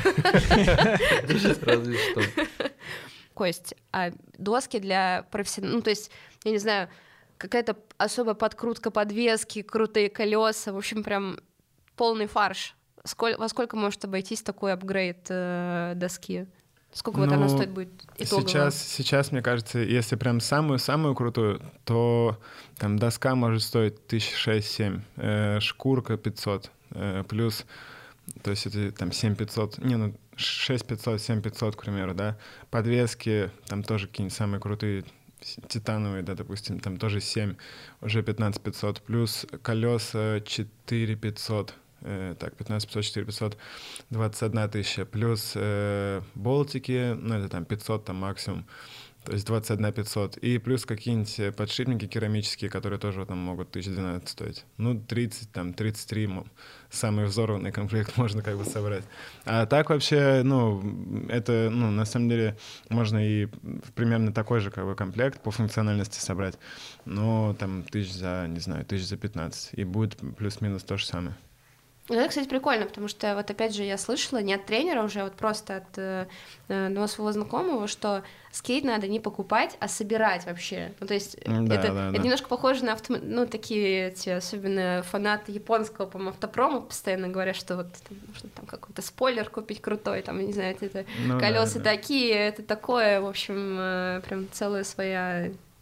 Speaker 1: Разве что.
Speaker 2: Кость, а доски для профессионалов, то есть, я не знаю, какая-то особая подкрутка подвески, крутые колеса, в общем, прям полный фарш. Во сколько может обойтись такой апгрейд доски? Сколько вот она стоит будет итогово?
Speaker 4: Сейчас, мне кажется, если прям самую-самую крутую, то там доска может стоить 6-7, шкурка 500, плюс, то есть это там 7500, 6500, 7500, к примеру, да, подвески, там тоже какие-нибудь самые крутые, титановые, да, допустим, там тоже 7, уже 15500, плюс колеса 4500, так, 15500, 4500, 21 тысяча, плюс болтики, это там 500 там максимум, то есть 21 500, и плюс какие-нибудь подшипники керамические, которые тоже там могут 1012 стоить. 30, там, 33, самый взорванный комплект можно собрать. А так вообще, это, на самом деле, можно и примерно такой же комплект по функциональности собрать, но там 1000 за 15, и будет плюс-минус то же самое.
Speaker 2: Это, кстати, прикольно, потому что вот опять же я слышала не от тренера уже, вот просто от одного своего знакомого, что скейт надо не покупать, а собирать вообще. То есть это немножко похоже на такие эти, особенно фанаты японского, по-моему, автопрома постоянно говорят, что вот нужно там какой-то спойлер купить крутой, там, не знаю, это колеса такие, это такое, в общем, прям целая своя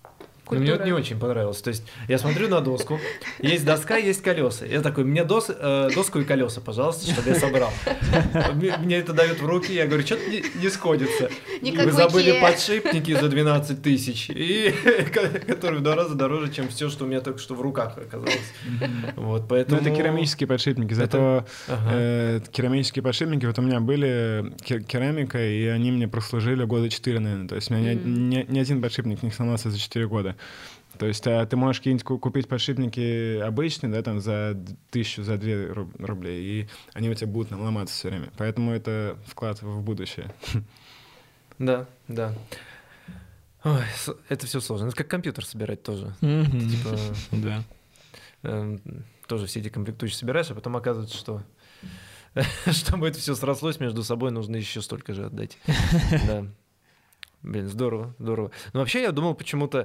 Speaker 2: культура.
Speaker 1: Мне не очень понравилось. То есть я смотрю на доску, есть доска, есть колеса. Я такой, мне доску и колеса, пожалуйста, чтобы я собрал. Мне это дают в руки, я говорю, что-то не сходится. Вы забыли подшипники за 12 тысяч, которые в 2 раза дороже, чем все, что у меня только что в руках оказалось. Вот, поэтому...
Speaker 4: Ну, это керамические подшипники, зато керамические подшипники, вот у меня были керамика, и они мне прослужили года 4, наверное. То есть у меня ни один подшипник не сломался за 4 года. То есть ты можешь купить подшипники обычные, да, там за 1000, за 2 рублей, и они у тебя будут ломаться все время. Поэтому это вклад в будущее.
Speaker 1: Да. Ой, это все сложно. Это как компьютер собирать тоже. Типа,
Speaker 3: да.
Speaker 1: Тоже все эти комплектующие собираешь, а потом оказывается, что чтобы это все срослось между собой, нужно еще столько же отдать. Да. Блин, здорово. Но вообще я думал почему-то,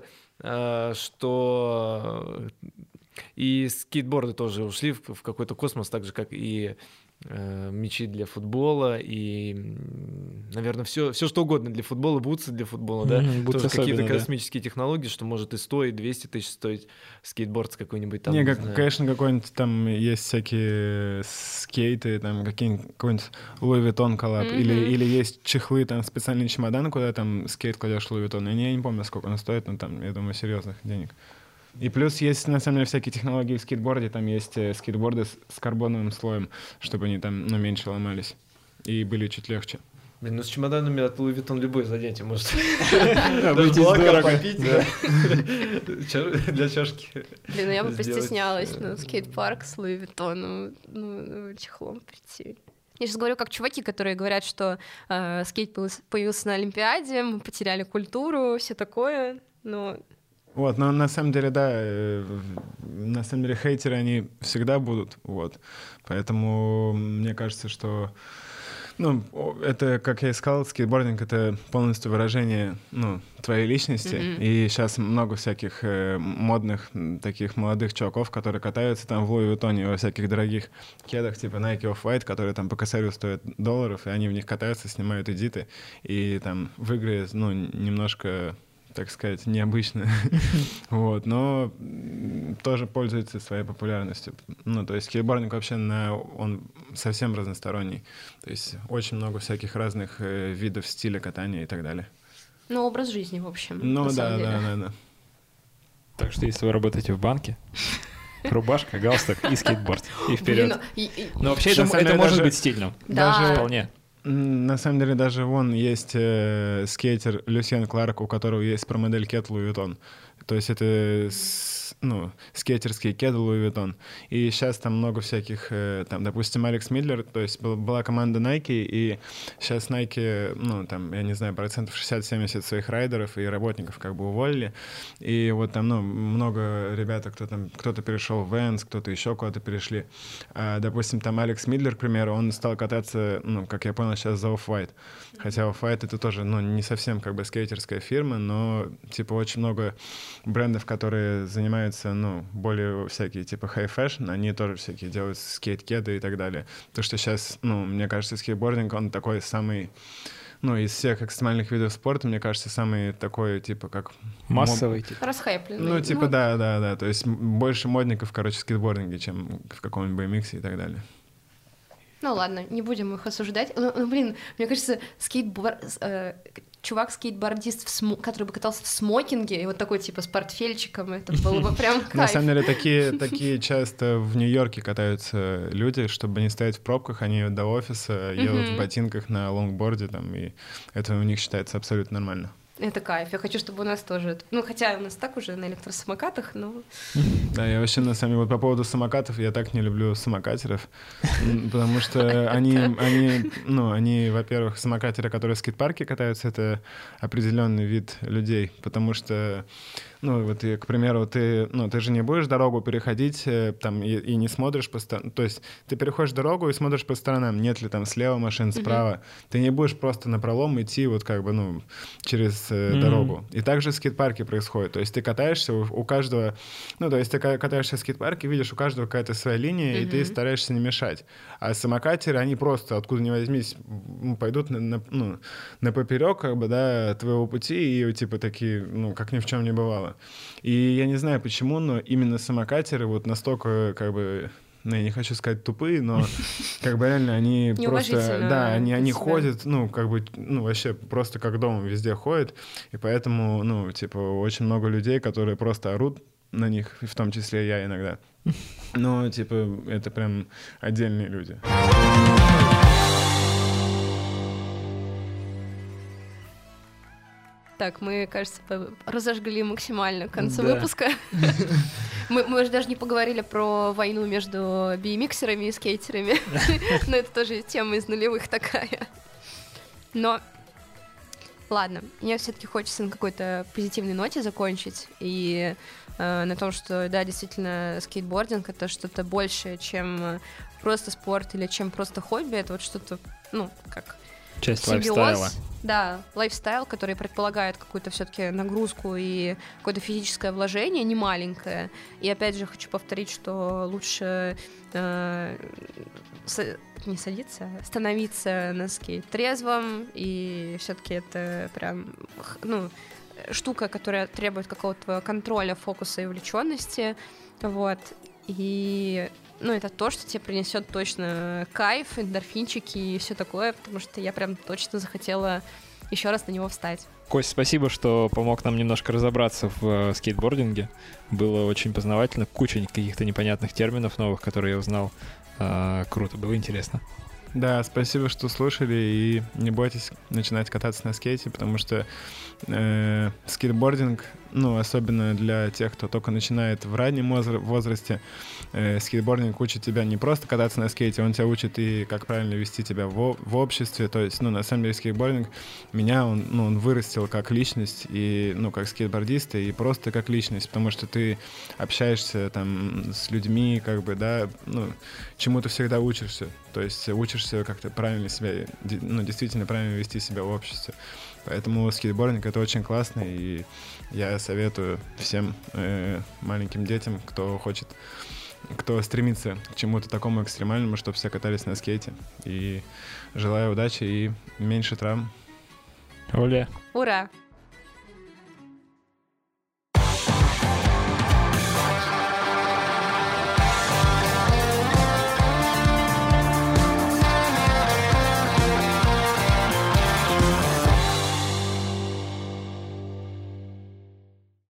Speaker 1: что и скейтборды тоже ушли в какой-то космос, так же, как и мячи для футбола, и, наверное, все что угодно для футбола, бутсы для футбола, да, тоже какие-то космические технологии, что может и 100, и 200 тысяч стоить скейтборд с какой-нибудь там...
Speaker 4: конечно, какой-нибудь там есть всякие скейты, там какой-нибудь Louis Vuitton коллаб, или есть чехлы, там специальный чемодан, куда там скейт кладешь Louis Vuitton. Я не помню, сколько он стоит, но там, я думаю, серьезных денег. И плюс есть, на самом деле, всякие технологии в скейтборде. Там есть скейтборды с карбоновым слоем, чтобы они там меньше ломались и были чуть легче.
Speaker 1: Блин, с чемоданами от Louis Vuitton любой занятие может.
Speaker 3: Даже молока попить,
Speaker 1: для чашки.
Speaker 2: Блин, я бы постеснялась на скейт-парк с Louis Vuitton, чехлом прийти. Я сейчас говорю как чуваки, которые говорят, что скейт появился на Олимпиаде, мы потеряли культуру, все такое, но...
Speaker 4: Вот, но на самом деле, да, на самом деле хейтеры, они всегда будут, вот. Поэтому мне кажется, что, это, как я и сказал, скейтбординг — это полностью выражение, твоей личности. И сейчас много всяких модных, таких молодых чуваков, которые катаются там в Louis Vuitton, во всяких дорогих кедах, типа Nike Off-White, которые там по косарю стоят $, и они в них катаются, снимают эдиты, и там в игре, немножко... так сказать, необычно, вот, но тоже пользуется своей популярностью. То есть скейтбординг вообще он совсем разносторонний, то есть очень много всяких разных видов стиля катания и так далее.
Speaker 2: Образ жизни, в общем.
Speaker 4: Да.
Speaker 3: Так что если вы работаете в банке, рубашка, галстук и скейтборд, и вперед. Но вообще это может быть стильным.
Speaker 2: Да.
Speaker 3: Вполне.
Speaker 4: На самом деле даже есть скейтер Люсьен Кларк, у которого есть промодель кед Louis Vuitton. То есть это скейтерские кеды Louis Vuitton. И сейчас там много всяких, там, допустим, Алекс Мидлер, то есть была команда Nike, и сейчас Nike, там, я не знаю, 60-70% своих райдеров и работников как бы уволили. И вот там, много ребят, кто-то перешел в Vans, кто-то еще куда-то перешли. Допустим, там Алекс Мидлер, к примеру, он стал кататься, как я понял, сейчас за Off-White. Хотя Off-White это тоже, не совсем как бы скейтерская фирма, но, типа, очень много брендов, которые занимаются, более всякие, типа, high-fashion, они тоже всякие делают скейт-кеды и так далее. То, что сейчас, мне кажется, скейтбординг, он такой самый, из всех экстремальных видов спорта, мне кажется, самый такой, типа, как...
Speaker 3: Массовый, типа.
Speaker 2: Расхайпленный.
Speaker 4: Да. То есть больше модников, в скейтбординге, чем в каком-нибудь BMX и так далее.
Speaker 2: Ладно, не будем их осуждать. Блин, мне кажется, чувак-скейтбордист, который бы катался в смокинге, и вот такой, типа, с портфельчиком, это было бы прям кайф.
Speaker 4: На самом деле, такие часто в Нью-Йорке катаются люди, чтобы не стоять в пробках, они до офиса едут в ботинках на лонгборде, там, и это у них считается абсолютно нормально.
Speaker 2: Это кайф. Я хочу, чтобы у нас тоже... хотя у нас так уже на электросамокатах, но...
Speaker 4: Да, я вообще, на самом деле, вот по поводу самокатов, я так не люблю самокатеров, потому что они, во-первых, самокатеры, которые в скейт-парке катаются, это определенный вид людей, потому что, к примеру, ты же не будешь дорогу переходить там и не смотришь по сторонам, то есть ты переходишь дорогу и смотришь по сторонам, нет ли там слева машин, справа, ты не будешь просто напролом идти вот как бы, через через дорогу. И также в скейт-парке происходит. То есть ты катаешься у каждого... Ну, то есть ты катаешься в скейт-парке, видишь, у каждого какая-то своя линия, и ты стараешься не мешать. А самокатеры, они просто, откуда ни возьмись, пойдут на поперек, как бы, да, твоего пути, и типа такие, ну, как ни в чем не бывало. И я не знаю почему, но именно самокатеры вот настолько, как бы... Ну, я не хочу сказать тупые, но как бы реально они просто... Да, они ходят, ну, как бы, ну, вообще просто как дома везде ходят. И поэтому, ну, типа, очень много людей, которые просто орут на них, в том числе я иногда. Но, типа, это прям отдельные люди.
Speaker 2: Так, мы, кажется, разожгли максимально к концу выпуска. Мы уже даже не поговорили про войну между BMX-ерами и скейтерами. Но это тоже тема из нулевых такая. Но ладно, мне все-таки хочется на какой-то позитивной ноте закончить. И на том, что, да, действительно, скейтбординг — это что-то большее, чем просто спорт или чем просто хобби. Это вот что-то, ну, как...
Speaker 3: Часть лайфстайла.
Speaker 2: Да, лайфстайл, который предполагает какую-то все-таки нагрузку и какое-то физическое вложение, не маленькое. И опять же хочу повторить, что лучше не садиться, становиться на скейт трезвым, и все-таки это прям, ну, штука, которая требует какого-то контроля, фокуса и увлеченности, вот. И ну, это то, что тебе принесет точно кайф, эндорфинчики и все такое, потому что я прям точно захотела еще раз на него встать.
Speaker 3: Кость, спасибо, что помог нам немножко разобраться в скейтбординге. Было очень познавательно, куча каких-то непонятных терминов новых, которые я узнал. Круто, было интересно.
Speaker 4: Да, спасибо, что слушали, и не бойтесь начинать кататься на скейте, потому что скейтбординг, ну, особенно для тех, кто только начинает в раннем возрасте, скейтбординг учит тебя не просто кататься на скейте, он тебя учит и как правильно вести тебя в обществе, то есть, ну, на самом деле скейтбординг меня, он вырастил как личность, и, ну, как скейтбордиста, и просто как личность, потому что ты общаешься там с людьми, как бы, да, ну, чему ты всегда учишься, то есть учишься как-то правильно себя, ну, действительно правильно вести себя в обществе. Поэтому скейтбординг — это очень классно, и я советую всем маленьким детям, кто стремится к чему-то такому экстремальному, чтобы все катались на скейте. И желаю удачи и меньше травм.
Speaker 3: Оля.
Speaker 2: Ура!